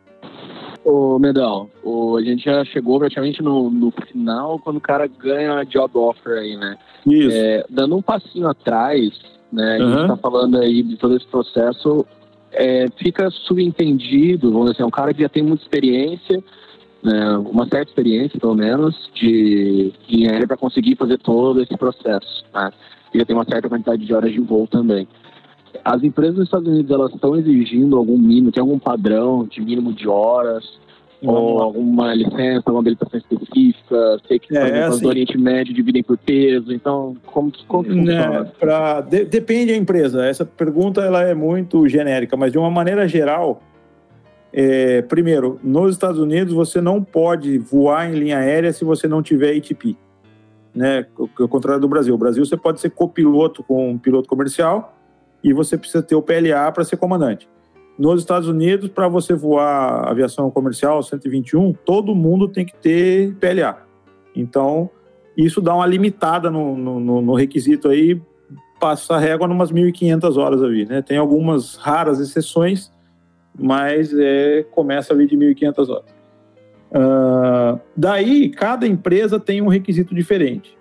Ô, Medal, a gente já chegou praticamente no final, quando o cara ganha a job offer aí, né? Isso. Dando um passinho atrás, né? A gente tá falando aí de todo esse processo, fica subentendido, vamos dizer assim, um cara que já tem muita experiência, né, uma certa experiência, pelo menos, em aérea para conseguir fazer todo esse processo, né? E já tem uma certa quantidade de horas de voo também. As empresas dos Estados Unidos, elas estão exigindo algum mínimo, tem algum padrão de mínimo de horas, ou alguma licença, alguma habilitação específica? Sei que as do Oriente Médio dividem por peso, então como funciona? Depende da empresa. Essa pergunta ela é muito genérica, mas de uma maneira geral, primeiro, nos Estados Unidos você não pode voar em linha aérea se você não tiver ATP, né? Ao contrário do Brasil. No Brasil você pode ser copiloto com um piloto comercial e você precisa ter o PLA para ser comandante. Nos Estados Unidos, para você voar aviação comercial 121, todo mundo tem que ter PLA. Então, isso dá uma limitada no requisito aí, passa a régua numas 1.500 horas ali, né? Tem algumas raras exceções, mas começa ali de 1.500 horas. Daí, cada empresa tem um requisito diferente.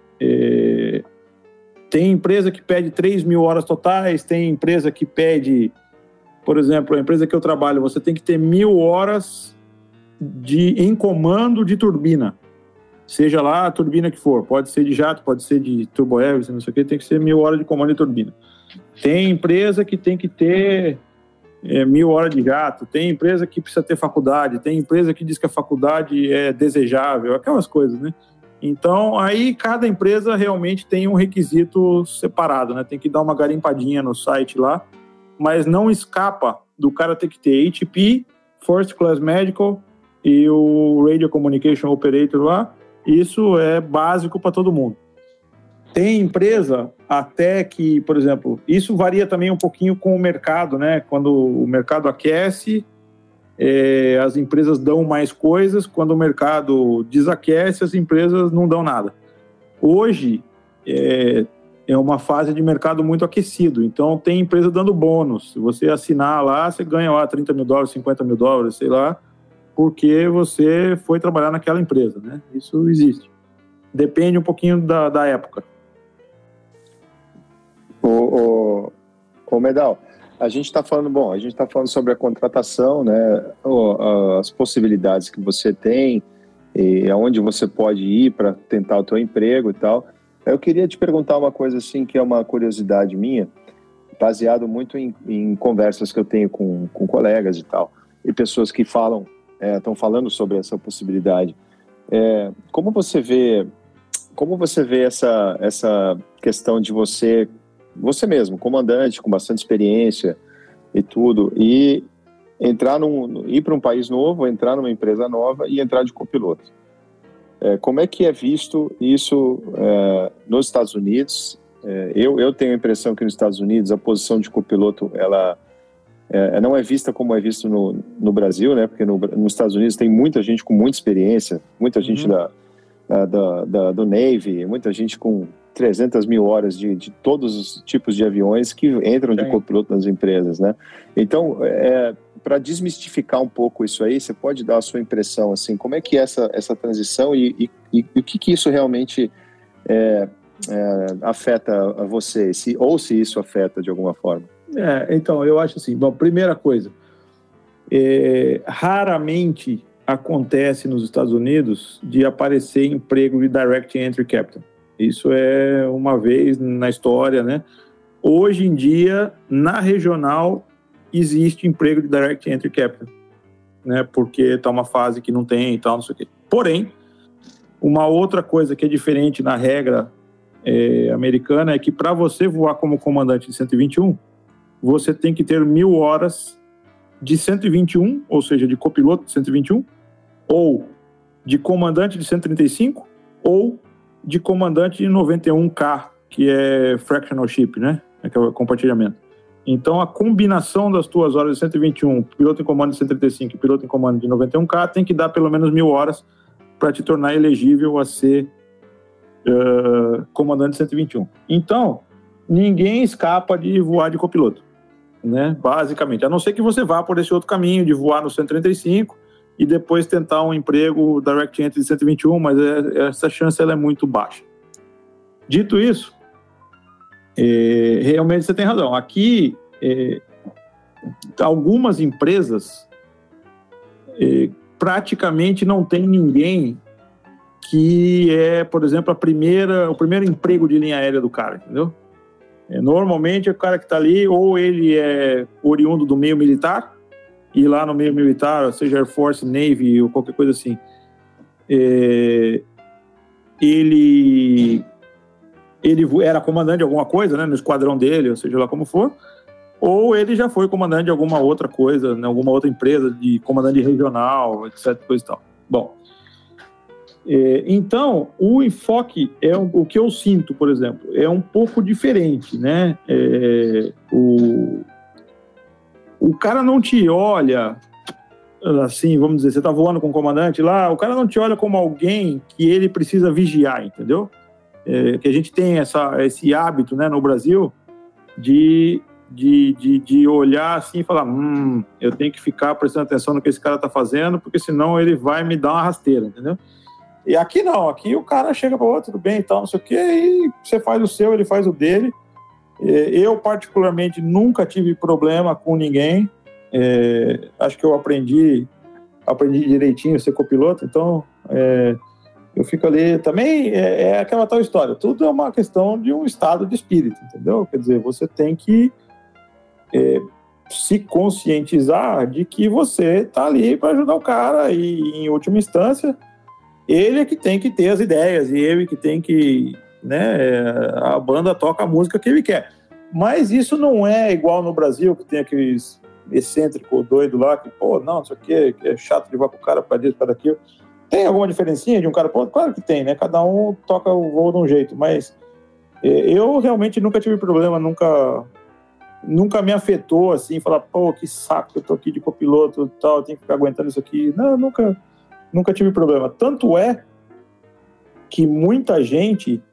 Tem empresa que pede 3.000 horas totais, tem empresa que pede, por exemplo, a empresa que eu trabalho, você tem que ter 1.000 horas em comando de turbina. Seja lá a turbina que for, pode ser de jato, pode ser de turbohélice, não sei o que, tem que ser 1.000 horas de comando de turbina. Tem empresa que tem que ter 1.000 horas de jato, tem empresa que precisa ter faculdade, tem empresa que diz que a faculdade é desejável, aquelas coisas, né? Então, aí cada empresa realmente tem um requisito separado, né? Tem que dar uma garimpadinha no site lá, mas não escapa do cara ter que ter ATP, First Class Medical e o Radio Communication Operator lá. Isso é básico para todo mundo. Tem empresa até que, por exemplo, isso varia também um pouquinho com o mercado, né? Quando o mercado aquece, as empresas dão mais coisas. Quando o mercado desaquece, as empresas não dão nada. Hoje é uma fase de mercado muito aquecido, então tem empresa dando bônus. Se você assinar lá, você ganha lá $30.000, $50.000, sei lá, porque você foi trabalhar naquela empresa, né? Isso existe. Depende um pouquinho da época. Ô Medal, a gente está falando sobre a contratação, né? As possibilidades que você tem, e aonde você pode ir para tentar o teu emprego e tal. Eu queria te perguntar uma coisa assim, que é uma curiosidade minha, baseado muito em conversas que eu tenho com colegas e tal. e pessoas que estão falando sobre essa possibilidade. Como você vê essa questão de você mesmo, comandante, com bastante experiência e tudo, e ir para um país novo, entrar numa empresa nova e entrar de copiloto? Como é que é visto isso nos Estados Unidos? Eu tenho a impressão que nos Estados Unidos a posição de copiloto ela não é vista como é visto no Brasil, né? Porque nos Estados Unidos tem muita gente com muita experiência, muita gente do Navy, muita gente com 300 mil horas de todos os tipos de aviões que entram de copiloto nas empresas, né? Então, para desmistificar um pouco isso aí, você pode dar a sua impressão, assim, como é que é essa transição e o que isso realmente afeta a você, se isso afeta de alguma forma? Então, eu acho assim, bom, primeira coisa, raramente acontece nos Estados Unidos de aparecer emprego de Direct Entry Captain. Isso é uma vez na história, né? Hoje em dia, na regional, existe emprego de Direct Entry Captain, né? Porque está uma fase que não tem e tal, não sei o quê. Porém, uma outra coisa que é diferente na regra americana é que para você voar como comandante de 121, você tem que ter 1000 horas de 121, ou seja, de copiloto de 121, ou de comandante de 135, ou de comandante de 91K, que é fractional ship, né? Que é o compartilhamento. Então, a combinação das tuas horas de 121, piloto em comando de 135 e piloto em comando de 91K, tem que dar pelo menos 1000 horas para te tornar elegível a ser comandante de 121. Então, ninguém escapa de voar de copiloto, né? Basicamente, a não ser que você vá por esse outro caminho de voar no 135 e depois tentar um emprego Direct Entry de 121, mas essa chance ela é muito baixa. Dito isso, realmente você tem razão. Aqui, algumas empresas praticamente não tem ninguém que por exemplo, o primeiro emprego de linha aérea do cara, entendeu? Normalmente, o cara que está ali, ou ele é oriundo do meio militar, e lá no meio militar, seja Air Force, Navy ou qualquer coisa assim, ele era comandante de alguma coisa, né, no esquadrão dele, ou seja lá como for, ou ele já foi comandante de alguma outra coisa, né, alguma outra empresa, de comandante regional, etc, coisa e tal. Bom, então, o enfoque o que eu sinto, por exemplo, é um pouco diferente, né? O cara não te olha assim, vamos dizer, você está voando com o comandante lá, o cara não te olha como alguém que ele precisa vigiar, entendeu? Que a gente tem esse hábito, né, no Brasil de olhar assim e falar, eu tenho que ficar prestando atenção no que esse cara está fazendo, porque senão ele vai me dar uma rasteira, entendeu? E aqui não, aqui o cara chega para o outro, tudo bem e tal, não sei o quê, e você faz o seu, ele faz o dele. Eu, particularmente, nunca tive problema com ninguém. Acho que eu aprendi direitinho a ser copiloto, então eu fico ali. Também é aquela tal história, tudo é uma questão de um estado de espírito, entendeu? Quer dizer, você tem que se conscientizar de que você está ali para ajudar o cara e, em última instância, ele é que tem que ter as ideias e ele que tem que, né, a banda toca a música que ele quer. Mas isso não é igual no Brasil, que tem aqueles excêntricos doido lá, que, não sei o quê, que é chato de levar pro cara para disso, para daquilo. Tem alguma diferencinha de um cara para outro? Claro que tem, né? Cada um toca o voo de um jeito, mas eu realmente nunca tive problema, nunca me afetou, assim, falar, que saco, eu tô aqui de copiloto e tal, eu tenho que ficar aguentando isso aqui. Não, nunca tive problema. Tanto é que muita gente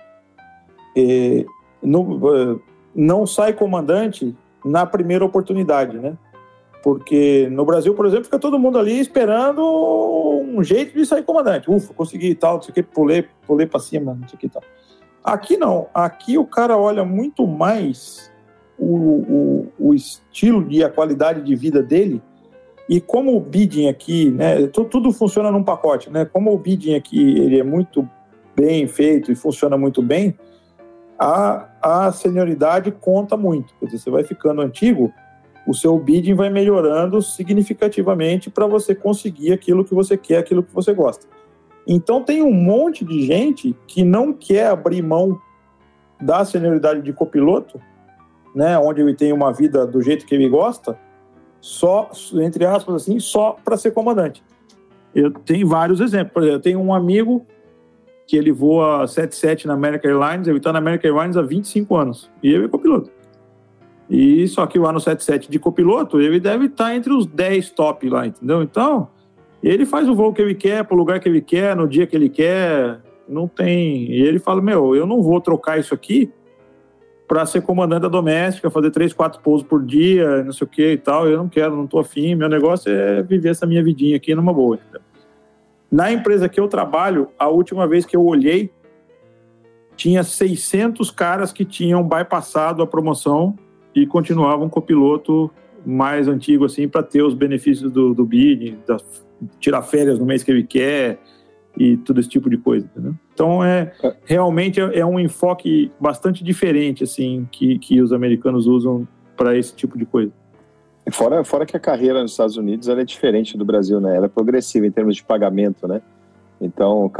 não sai comandante na primeira oportunidade, né? Porque no Brasil, por exemplo, fica todo mundo ali esperando um jeito de sair comandante. Ufa, consegui e tal, não sei o que, pulei pra cima, não sei o que e tal. Aqui não. Aqui o cara olha muito mais o estilo e a qualidade de vida dele. E como o bidding aqui, né, tudo funciona num pacote, né? Como o bidding aqui ele é muito bem feito e funciona muito bem, a senioridade conta muito. Quer dizer, você vai ficando antigo, o seu bidding vai melhorando significativamente para você conseguir aquilo que você quer, aquilo que você gosta. Então tem um monte de gente que não quer abrir mão da senioridade de copiloto, né, onde ele tem uma vida do jeito que ele gosta, só, entre aspas, assim, só para ser comandante. Eu tenho vários exemplos. Por exemplo, eu tenho um amigo que ele voa 77 na American Airlines, ele está na American Airlines há 25 anos, e ele é copiloto. E só que lá no 77 de copiloto, ele deve estar entre os 10 top lá, entendeu? Então, ele faz o voo que ele quer, pro lugar que ele quer, no dia que ele quer, não tem... E ele fala, eu não vou trocar isso aqui para ser comandante da doméstica, fazer 3, 4 pousos por dia, não sei o que e tal, eu não quero, não tô afim, meu negócio é viver essa minha vidinha aqui numa boa. Entendeu? Na empresa que eu trabalho, a última vez que eu olhei, tinha 600 caras que tinham bypassado a promoção e continuavam copiloto mais antigo, assim, para ter os benefícios do bidding, tirar férias no mês que ele quer e todo esse tipo de coisa, entendeu? Então, realmente é um enfoque bastante diferente, assim, que os americanos usam para esse tipo de coisa. Fora que a carreira nos Estados Unidos ela é diferente do Brasil, né? Ela é progressiva em termos de pagamento, né? Então,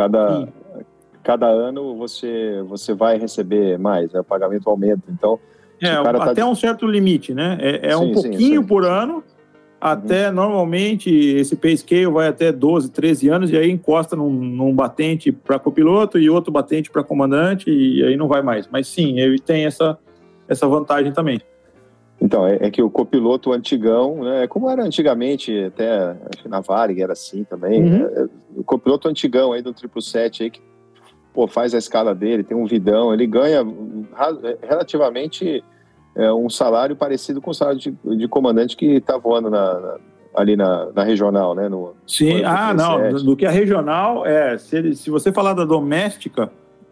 cada ano você vai receber mais, né? O pagamento aumenta. Então, até um certo limite, né? Um pouquinho por ano, até normalmente esse pay scale vai até 12, 13 anos, e aí encosta num batente para copiloto e outro batente para comandante, e aí não vai mais. Mas sim, ele tem essa vantagem também. Então, é que o copiloto antigão, né, como era antigamente, até acho que na Varig era assim também, o copiloto antigão aí do 777 aí, que faz a escala dele, tem um vidão, ele ganha relativamente um salário parecido com o salário de comandante que está voando ali na regional, né? Sim, não, do que a regional, se você falar da doméstica,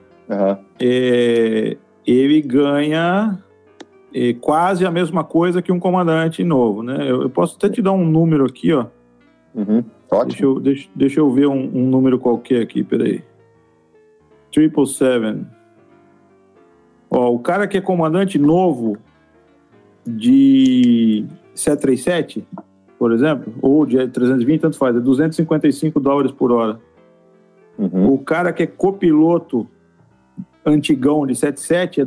ele ganha quase a mesma coisa que um comandante novo, né? Eu posso até te dar um número aqui, ó. Ótimo. Deixa eu ver um número qualquer aqui, peraí. 777. Ó, o cara que é comandante novo de 737, por exemplo, ou de 320, tanto faz, é $255 por hora. O cara que é copiloto antigão de 77 é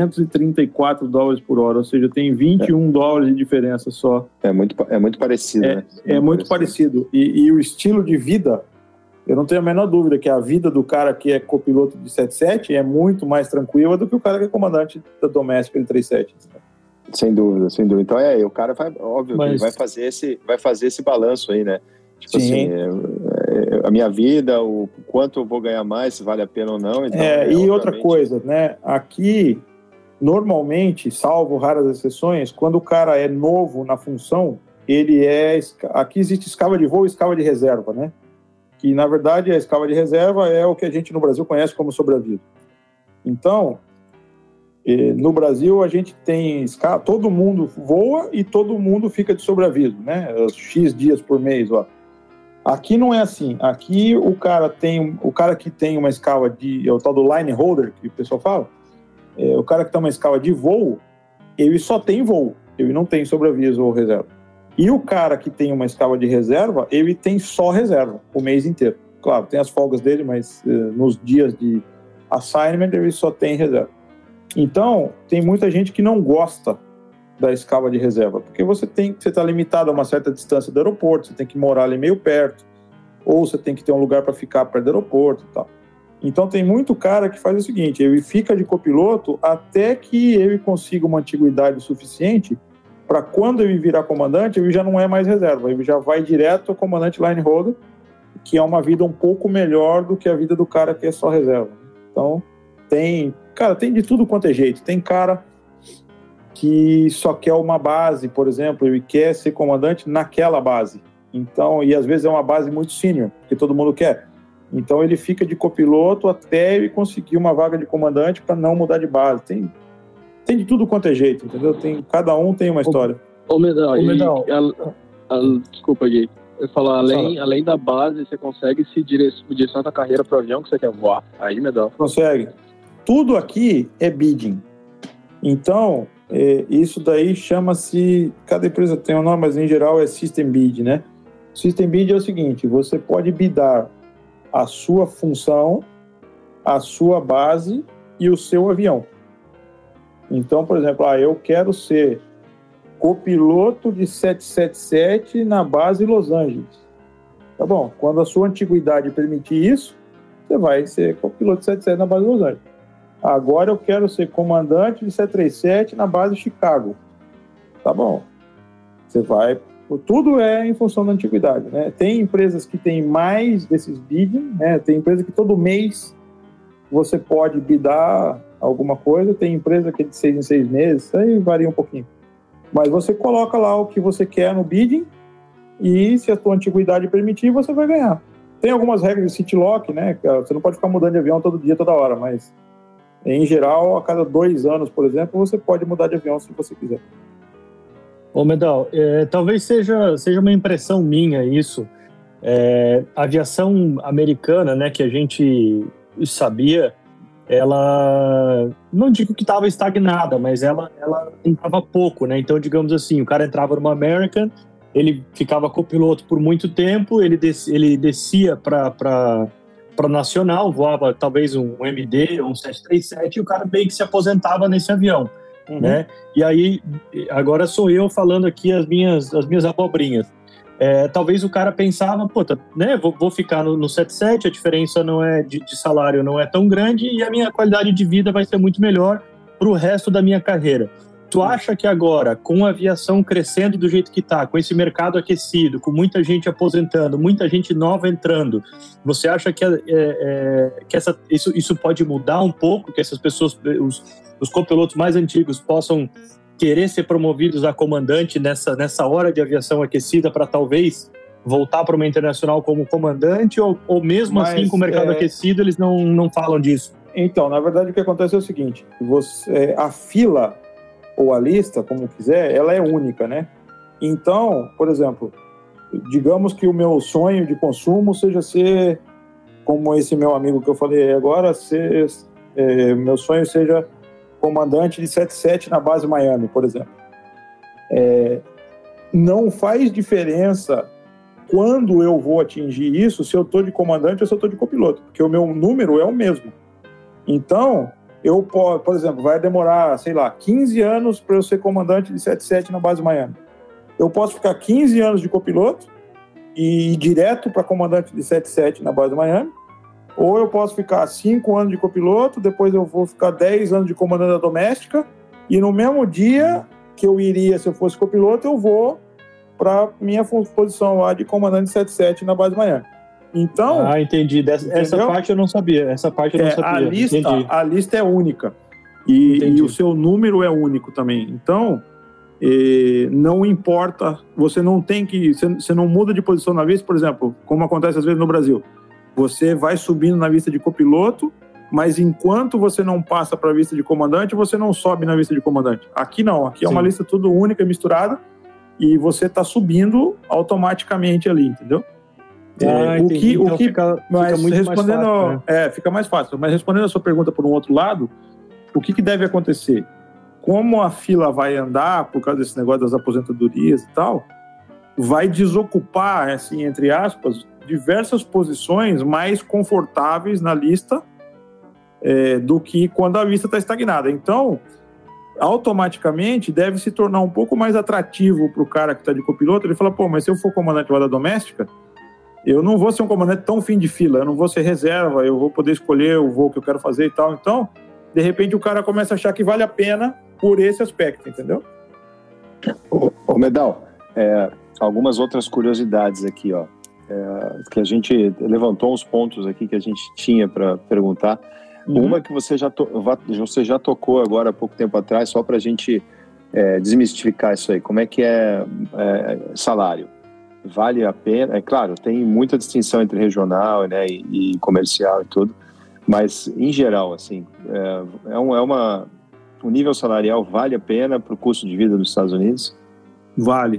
$234 por hora, ou seja, tem $21 de diferença só. É muito parecido, né? É muito parecido. E o estilo de vida, eu não tenho a menor dúvida que a vida do cara que é copiloto de 77 é muito mais tranquila do que o cara que é comandante da doméstica de 37. Sem dúvida. Então o cara vai, óbvio, que vai fazer esse balanço aí, né? Tipo assim, a minha vida, o quanto eu vou ganhar mais, se vale a pena ou não. Então, e outra coisa, né? Aqui, normalmente, salvo raras exceções, quando o cara é novo na função, aqui existe escala de voo e escala de reserva, né? Que, na verdade, a escala de reserva é o que a gente no Brasil conhece como sobreaviso. Então, no Brasil, a gente tem escala, todo mundo voa e todo mundo fica de sobreaviso, né? X dias por mês, ó. Aqui não é assim. Aqui o cara que tem uma escala é o tal do line holder, que o pessoal fala. O cara que tem uma escala de voo, ele só tem voo, ele não tem sobreaviso ou reserva. E o cara que tem uma escala de reserva, ele tem só reserva o mês inteiro. Claro, tem as folgas dele, mas nos dias de assignment ele só tem reserva. Então, tem muita gente que não gosta da escala de reserva, porque você está limitado a uma certa distância do aeroporto, você tem que morar ali meio perto, ou você tem que ter um lugar para ficar perto do aeroporto e tal. Então, tem muito cara que faz o seguinte, ele fica de copiloto até que ele consiga uma antiguidade suficiente para quando ele virar comandante, ele já não é mais reserva, ele já vai direto ao comandante line holder, que é uma vida um pouco melhor do que a vida do cara que é só reserva. Então, tem de tudo quanto é jeito. Tem cara que só quer uma base, por exemplo, ele quer ser comandante naquela base. Então, e às vezes é uma base muito senior, que todo mundo quer. Então, ele fica de copiloto até ele conseguir uma vaga de comandante para não mudar de base. Tem de tudo quanto é jeito, entendeu? Cada um tem uma história. Medal. Desculpa, Gui. Eu falar, além da base, você consegue se direcionar a carreira para o avião que você quer voar. Aí, Medal. Consegue. Tudo aqui é bidding. Então, isso daí chama-se, cada empresa tem um nome, mas em geral é System Bid, né? System Bid é o seguinte, você pode bidar a sua função, a sua base e o seu avião. Então, por exemplo, eu quero ser copiloto de 777 na base Los Angeles. Tá bom, quando a sua antiguidade permitir isso, você vai ser copiloto de 777 na base Los Angeles. Agora eu quero ser comandante de 737 na base Chicago. Tá bom. Você vai... Tudo é em função da antiguidade, né? Tem empresas que têm mais desses bidding, né? Tem empresa que todo mês você pode bidar alguma coisa. Tem empresa que é de 6 em 6 meses. Aí varia um pouquinho. Mas você coloca lá o que você quer no bidding e se a sua antiguidade permitir, você vai ganhar. Tem algumas regras de city lock, né? Você não pode ficar mudando de avião todo dia, toda hora, mas em geral, a cada 2 anos, por exemplo, você pode mudar de avião se você quiser. Ô Medal, talvez seja uma impressão minha isso. A aviação americana, né, que a gente sabia, ela, não digo que estava estagnada, mas ela entrava pouco, né? Então, digamos assim, o cara entrava numa American, ele ficava copiloto por muito tempo, ele descia para nacional, voava talvez um MD ou um 737 e o cara meio que se aposentava nesse avião, né? E aí, agora sou eu falando aqui as minhas abobrinhas. Talvez o cara pensava, né, vou ficar no 77, a diferença não é de salário não é tão grande e a minha qualidade de vida vai ser muito melhor para o resto da minha carreira. Tu acha que agora, com a aviação crescendo do jeito que está, com esse mercado aquecido, com muita gente aposentando, muita gente nova entrando, você acha que isso pode mudar um pouco, que essas pessoas, os copilotos mais antigos possam querer ser promovidos a comandante nessa hora de aviação aquecida para talvez voltar para uma internacional como comandante ou mesmo assim com o mercado aquecido eles não falam disso? Então, na verdade o que acontece é o seguinte, a fila ou a lista, como quiser, ela é única, né? Então, por exemplo, digamos que o meu sonho de consumo seja ser, como esse meu amigo que eu falei agora, meu sonho seja comandante de 77 na base Miami, por exemplo. Não faz diferença quando eu vou atingir isso, se eu estou de comandante ou se eu estou de copiloto, porque o meu número é o mesmo. Então, por exemplo, vai demorar, 15 anos para eu ser comandante de 77 na base Miami. Eu posso ficar 15 anos de copiloto e ir direto para comandante de 77 na base Miami, ou eu posso ficar 5 anos de copiloto, depois eu vou ficar 10 anos de comandante da doméstica, e no mesmo dia que eu iria, se eu fosse copiloto, eu vou para minha posição lá de comandante de 77 na base Miami. Então... entendi. Essa parte eu não sabia. A lista é única. E o seu número é único também. Então, não importa, você não muda de posição na lista, por exemplo, como acontece às vezes no Brasil. Você vai subindo na lista de copiloto, mas enquanto você não passa para a lista de comandante, você não sobe na lista de comandante. Aqui não, aqui é uma lista tudo única, misturada, e você está subindo automaticamente ali, entendeu? Fica muito mais fácil, né? Fica mais fácil. Mas respondendo a sua pergunta por um outro lado, o que deve acontecer? Como a fila vai andar por causa desse negócio das aposentadorias e tal, vai desocupar, assim, entre aspas, diversas posições mais confortáveis na lista do que quando a lista está estagnada. Então, automaticamente deve se tornar um pouco mais atrativo para o cara que está de copiloto. Ele fala, mas se eu for comandante lá da doméstica, eu não vou ser um comandante tão fim de fila, eu não vou ser reserva, eu vou poder escolher o voo que eu quero fazer e tal. Então, de repente, o cara começa a achar que vale a pena por esse aspecto, entendeu? Ô Medal, algumas outras curiosidades aqui, ó, que a gente levantou uns pontos aqui que a gente tinha para perguntar. Uma que você já tocou agora há pouco tempo atrás, só para a gente desmistificar isso aí. Como é que é salário? Vale a pena? É claro, tem muita distinção entre regional, né, e comercial e tudo, mas em geral, assim, o nível salarial vale a pena para o custo de vida dos Estados Unidos? Vale.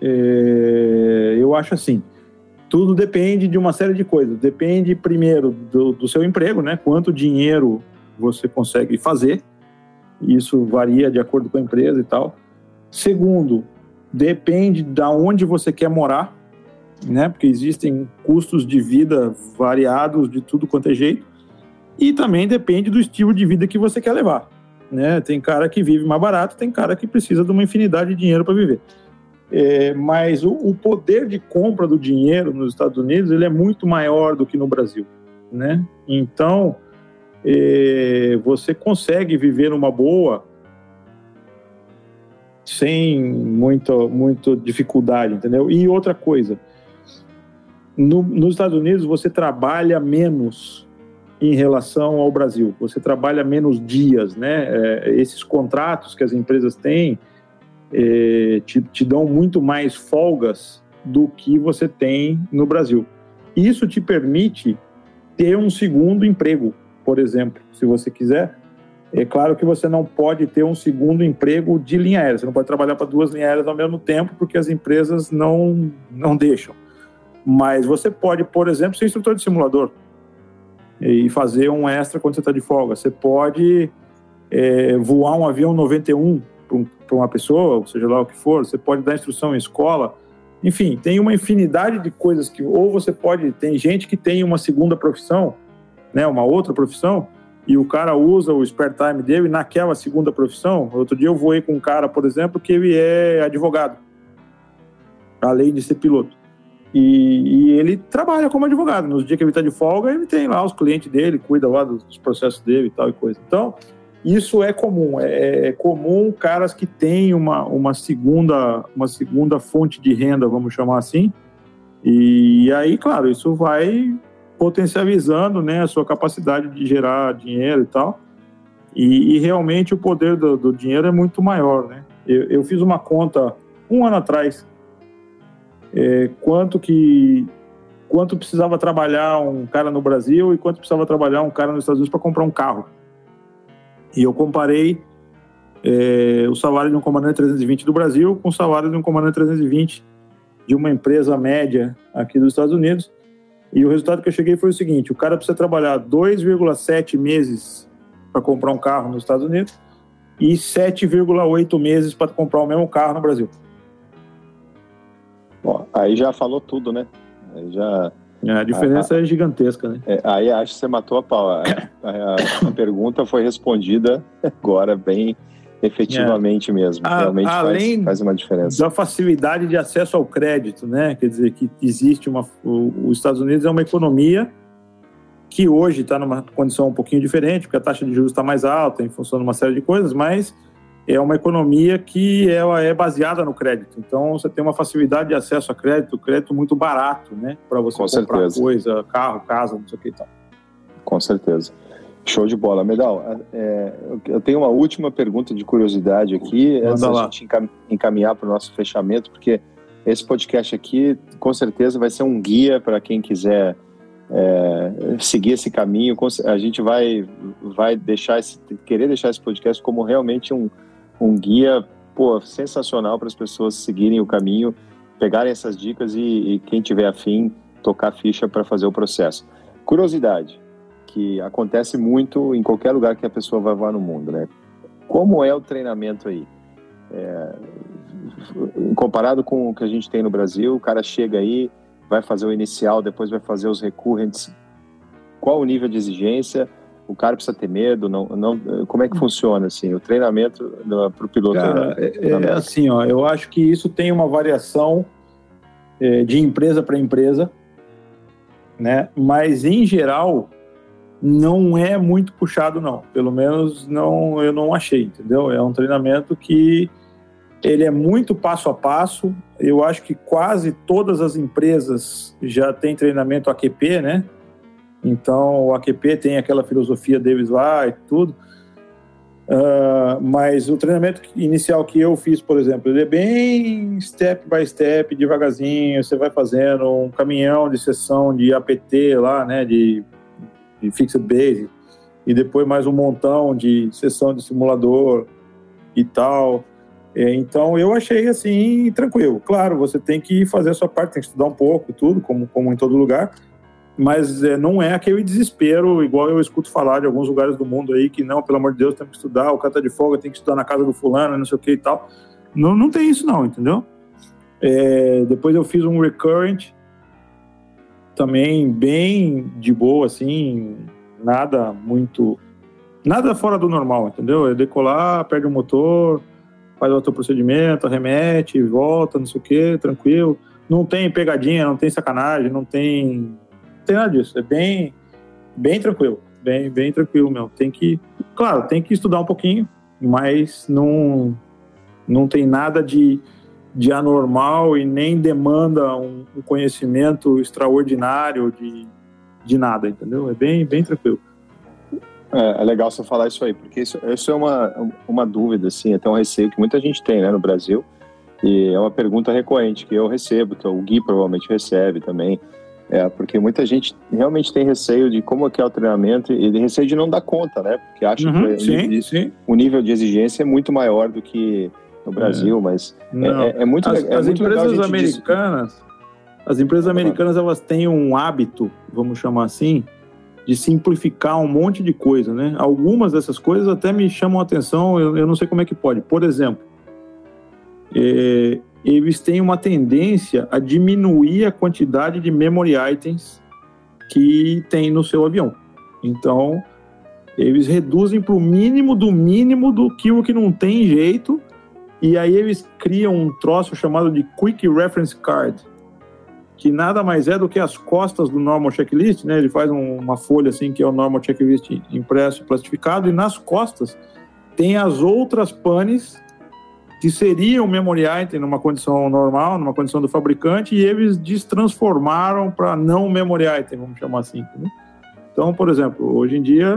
Eu acho assim, tudo depende de uma série de coisas. Depende, primeiro, do seu emprego, né, quanto dinheiro você consegue fazer. Isso varia de acordo com a empresa e tal. Segundo, depende de onde você quer morar, né? Porque existem custos de vida variados de tudo quanto é jeito. E também depende do estilo de vida que você quer levar, né? Tem cara que vive mais barato, tem cara que precisa de uma infinidade de dinheiro para viver. Mas o poder de compra do dinheiro nos Estados Unidos ele é muito maior do que no Brasil, né? Então, você consegue viver numa boa sem muita dificuldade, entendeu? E outra coisa, nos Estados Unidos você trabalha menos em relação ao Brasil, você trabalha menos dias, né? Esses contratos que as empresas têm te dão muito mais folgas do que você tem no Brasil. Isso te permite ter um segundo emprego, por exemplo, se você quiser. É claro que você não pode ter um segundo emprego de linha aérea, você não pode trabalhar para 2 linhas aéreas ao mesmo tempo, porque as empresas não deixam. Mas você pode, por exemplo, ser instrutor de simulador e fazer um extra quando você está de folga. Você pode voar um avião 91 para uma pessoa, ou seja lá o que for, você pode dar instrução em escola. Enfim, tem uma infinidade de coisas que... Ou você pode... Tem gente que tem uma segunda profissão, né, uma outra profissão, e o cara usa o spare time dele naquela segunda profissão. Outro dia eu voei com um cara, por exemplo, que ele é advogado, além de ser piloto. E ele trabalha como advogado. Nos dias que ele está de folga, ele tem lá os clientes dele, cuida lá dos processos dele e tal e coisa. Então, isso é comum. É comum caras que têm uma segunda fonte de renda, vamos chamar assim. E aí, claro, isso vai potencializando, né, a sua capacidade de gerar dinheiro e tal. E realmente o poder do dinheiro é muito maior, né? Eu fiz uma conta 1 ano atrás. Quanto precisava trabalhar um cara no Brasil e quanto precisava trabalhar um cara nos Estados Unidos para comprar um carro. E eu comparei o salário de um comandante 320 do Brasil com o salário de um comandante 320 de uma empresa média aqui dos Estados Unidos. E o resultado que eu cheguei foi o seguinte: o cara precisa trabalhar 2,7 meses para comprar um carro nos Estados Unidos e 7,8 meses para comprar o mesmo carro no Brasil. Bom, aí já falou tudo, né? Aí já... A diferença é gigantesca, né? Aí acho que você matou a pau. A pergunta foi respondida agora bem efetivamente mesmo. Realmente faz uma diferença. Da facilidade de acesso ao crédito, né? Quer dizer, que existe os Estados Unidos é uma economia que hoje está numa condição um pouquinho diferente, porque a taxa de juros está mais alta em função de uma série de coisas, mas é uma economia que ela é baseada no crédito. Então, você tem uma facilidade de acesso a crédito muito barato, né? Para você comprar coisa, carro, casa, não sei o que e tal. Com certeza. Show de bola. Medal, eu tenho uma última pergunta de curiosidade aqui, antes da gente encaminhar para o nosso fechamento, porque esse podcast aqui, com certeza, vai ser um guia para quem quiser seguir esse caminho. A gente vai querer deixar esse podcast como realmente um guia sensacional para as pessoas seguirem o caminho, pegarem essas dicas e quem tiver afim, tocar ficha para fazer o processo. Curiosidade, que acontece muito em qualquer lugar que a pessoa vai voar no mundo, né? Como é o treinamento aí? Comparado com o que a gente tem no Brasil, o cara chega aí, vai fazer o inicial, depois vai fazer os recurrentes. Qual o nível de exigência? O cara precisa ter medo? Como é que funciona assim, o treinamento para o piloto? Cara, assim, eu acho que isso tem uma variação de empresa para empresa, né? Mas em geral não é muito puxado, não. Pelo menos eu não achei, entendeu? É um treinamento que ele é muito passo a passo. Eu acho que quase todas as empresas já têm treinamento AQP, né? Então, o AQP tem aquela filosofia deles lá e tudo. Mas o treinamento inicial que eu fiz, por exemplo, ele é bem step by step, devagarzinho. Você vai fazendo um caminhão de sessão de APT lá, né? De Fixed Base. E depois mais um montão de sessão de simulador e tal. Então, eu achei, assim, tranquilo. Claro, você tem que fazer a sua parte, tem que estudar um pouco e tudo, como em todo lugar. Mas não é aquele desespero, igual eu escuto falar de alguns lugares do mundo aí, que não, pelo amor de Deus, tem que estudar, o cara tá de folga, tem que estudar na casa do fulano, não sei o que e tal. Não tem isso não, entendeu? Depois eu fiz um recurrent, também bem de boa, assim, nada fora do normal, entendeu? É decolar, perde o motor, faz outro procedimento, arremete, volta, não sei o que, tranquilo. Não tem pegadinha, não tem sacanagem, não tem nada disso. É bem tranquilo, bem tranquilo mesmo. Tem que estudar um pouquinho, mas não tem nada de anormal e nem demanda um conhecimento extraordinário de nada, entendeu? É bem tranquilo. É legal você falar isso aí, porque isso é uma dúvida, assim, até um receio que muita gente tem, né, no Brasil, e é uma pergunta recorrente que eu recebo, que o Gui provavelmente recebe também, porque muita gente realmente tem receio de como é que é o treinamento e receio de não dar conta, né, porque acha que o nível de exigência é muito maior do que no Brasil, mas é muito legal. As empresas americanas, elas têm um hábito, vamos chamar assim, de simplificar um monte de coisa, né? Algumas dessas coisas até me chamam a atenção, eu não sei como é que pode. Por exemplo, eles têm uma tendência a diminuir a quantidade de memory items que tem no seu avião. Então, eles reduzem para o mínimo do que não tem jeito, e aí eles criam um troço chamado de Quick Reference Card, que nada mais é do que as costas do Normal Checklist, né? Ele faz uma folha assim, que é o Normal Checklist impresso e plastificado, e nas costas tem as outras panes que seriam memory item numa condição normal, numa condição do fabricante, e eles destransformaram para não memory item, vamos chamar assim. Né? Então, por exemplo, hoje em dia,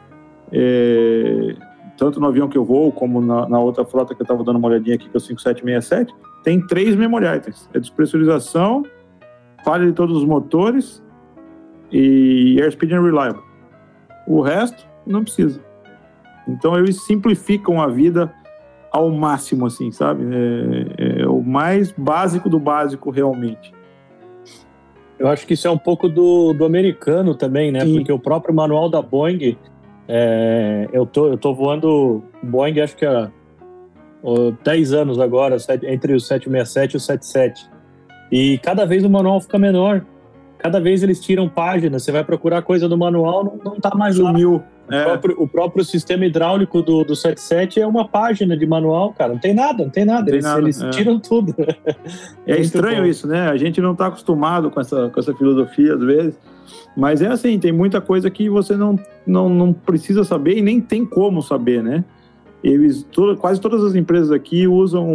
tanto no avião que eu vou, como na outra frota que eu estava dando uma olhadinha aqui, que é o 5767, tem 3 memory items. É despressurização, falha de todos os motores e airspeed and reliable. O resto não precisa. Então eles simplificam a vida ao máximo, assim, sabe? É o mais básico do básico, realmente. Eu acho que isso é um pouco do americano também, né? Sim. Porque o próprio manual da Boeing, eu tô voando Boeing, acho que há 10 anos agora, entre o 767 e o 77. E cada vez o manual fica menor. Cada vez eles tiram páginas. Você vai procurar coisa do manual, não tá mais lá. Sumiu. O próprio sistema hidráulico do 77 é uma página de manual, cara. Não tem nada. Eles tiram tudo. É estranho bom. Isso, né? A gente não tá acostumado com essa filosofia, às vezes. Mas é assim, tem muita coisa que você não precisa saber e nem tem como saber, né? Quase todas as empresas aqui usam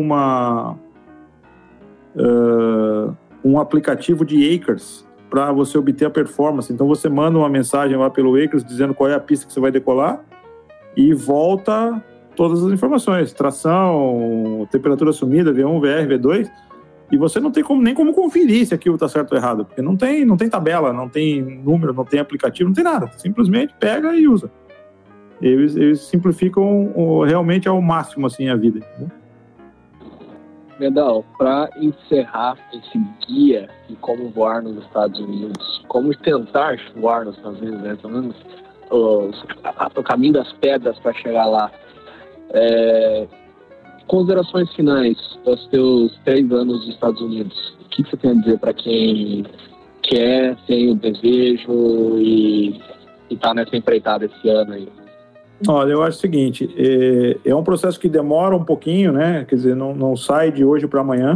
um aplicativo de Acres para você obter a performance. Então você manda uma mensagem lá pelo Acres dizendo qual é a pista que você vai decolar e volta todas as informações, tração, temperatura assumida, V1, VR, V2, e você não tem nem como conferir se aquilo está certo ou errado, porque não tem tabela, não tem número, não tem aplicativo, não tem nada, simplesmente pega e usa. Eles simplificam realmente ao máximo assim a vida, né? Medal, para encerrar esse guia de como voar nos Estados Unidos, como tentar voar nos Estados Unidos, né? Pelo menos o caminho das pedras para chegar lá. Considerações finais dos teus 3 anos nos Estados Unidos. O que você tem a dizer para quem quer, tem o desejo e está nessa empreitada esse ano aí? Olha, eu acho o seguinte, é um processo que demora um pouquinho, né? Quer dizer, não sai de hoje para amanhã.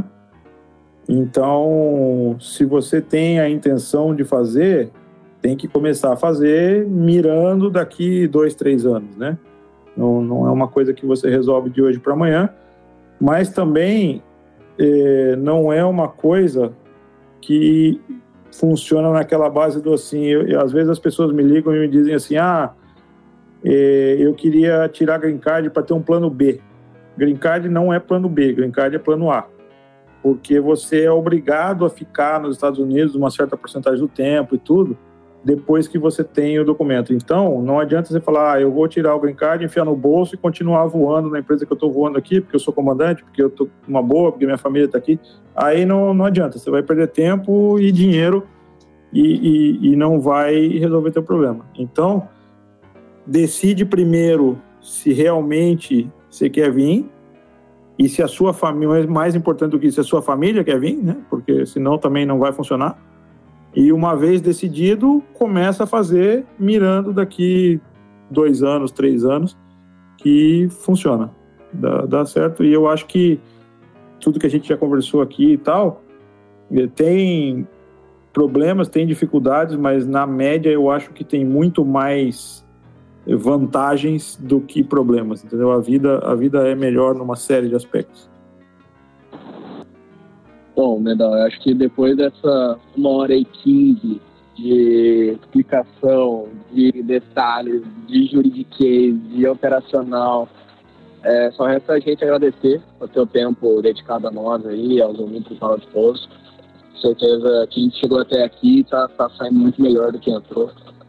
Então, se você tem a intenção de fazer, tem que começar a fazer mirando daqui 2, 3 anos, né? Não é uma coisa que você resolve de hoje para amanhã, mas também não é uma coisa que funciona naquela base do assim. Às vezes as pessoas me ligam e me dizem assim, eu queria tirar Green Card para ter um plano B. Green Card não é plano B, Green Card é plano A. Porque você é obrigado a ficar nos Estados Unidos uma certa porcentagem do tempo e tudo, depois que você tem o documento. Então, não adianta você falar, eu vou tirar o Green Card, enfiar no bolso e continuar voando na empresa que eu estou voando aqui, porque eu sou comandante, porque eu estou uma boa, porque minha família está aqui. Aí não adianta, você vai perder tempo e dinheiro e não vai resolver teu problema. Então, decide primeiro se realmente você quer vir e se a sua família, mais importante do que isso, se a sua família quer vir, né? Porque senão também não vai funcionar. E uma vez decidido, começa a fazer mirando daqui 2 anos, 3 anos, que funciona, dá certo. E eu acho que tudo que a gente já conversou aqui e tal, tem problemas, tem dificuldades, mas na média eu acho que tem muito mais vantagens do que problemas, entendeu? A vida é melhor numa série de aspectos. Bom, Medal, eu acho que depois dessa 1h15 de explicação, de detalhes, de juridiquês, de operacional, só resta a gente agradecer o teu tempo dedicado a nós aí, aos ouvintes do Fala de Pouso. Certeza que a gente chegou até aqui e tá saindo muito melhor do que entrou.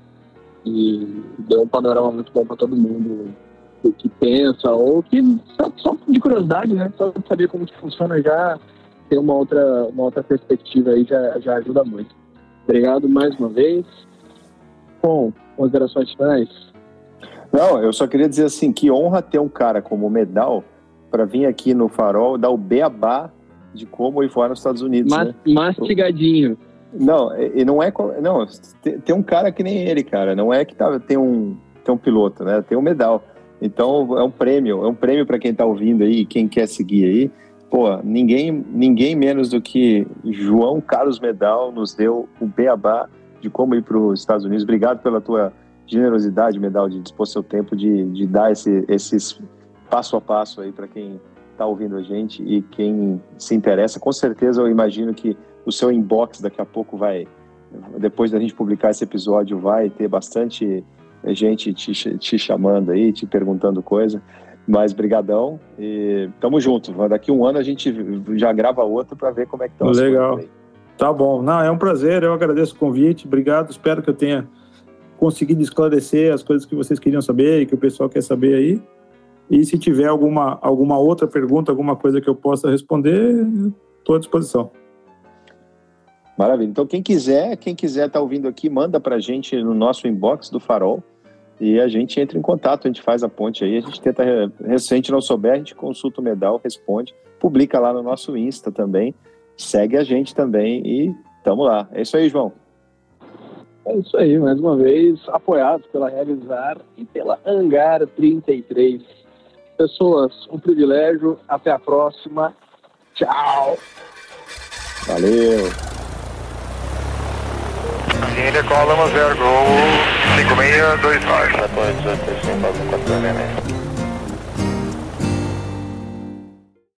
E deu um panorama muito bom para todo mundo que pensa, ou que só de curiosidade, né? Só de saber como que funciona já ter uma outra perspectiva aí já ajuda muito. Obrigado mais uma vez. Bom, considerações finais? Não, eu só queria dizer assim, que honra ter um cara como o Medal para vir aqui no Farol dar o beabá de como ir fora nos Estados Unidos, né? Mastigadinho. Não, e não é... Não, tem um cara que nem ele, cara. Não é que tem um piloto, né? Tem um Medal. Então, é um prêmio para quem tá ouvindo aí, quem quer seguir aí. Pô, ninguém menos do que João Carlos Medal nos deu o beabá de como ir para os Estados Unidos. Obrigado pela tua generosidade, Medal, de dispor seu tempo de dar esses passo a passo aí para quem está ouvindo a gente e quem se interessa. Com certeza eu imagino que o seu inbox daqui a pouco depois da gente publicar esse episódio, vai ter bastante gente te chamando aí, te perguntando coisa. Mas brigadão e tamo junto. Daqui 1 ano a gente já grava outro para ver como é que estão as coisas. Legal. Tá bom. Não, é um prazer, eu agradeço o convite. Obrigado, espero que eu tenha conseguido esclarecer as coisas que vocês queriam saber e que o pessoal quer saber aí. E se tiver alguma outra pergunta, alguma coisa que eu possa responder, estou à disposição. Maravilha. Então quem quiser estar ouvindo aqui, manda pra gente no nosso inbox do Farol. E a gente entra em contato, a gente faz a ponte aí, a gente tenta, se a gente não souber, a gente consulta o Medal, responde, publica lá no nosso Insta também, segue a gente também e tamo lá. É isso aí, João. É isso aí, mais uma vez, apoiados pela Realizar e pela Hangar 33. Pessoas, um privilégio, até a próxima, tchau! Valeu! India Call Lima 0 Gol 5629.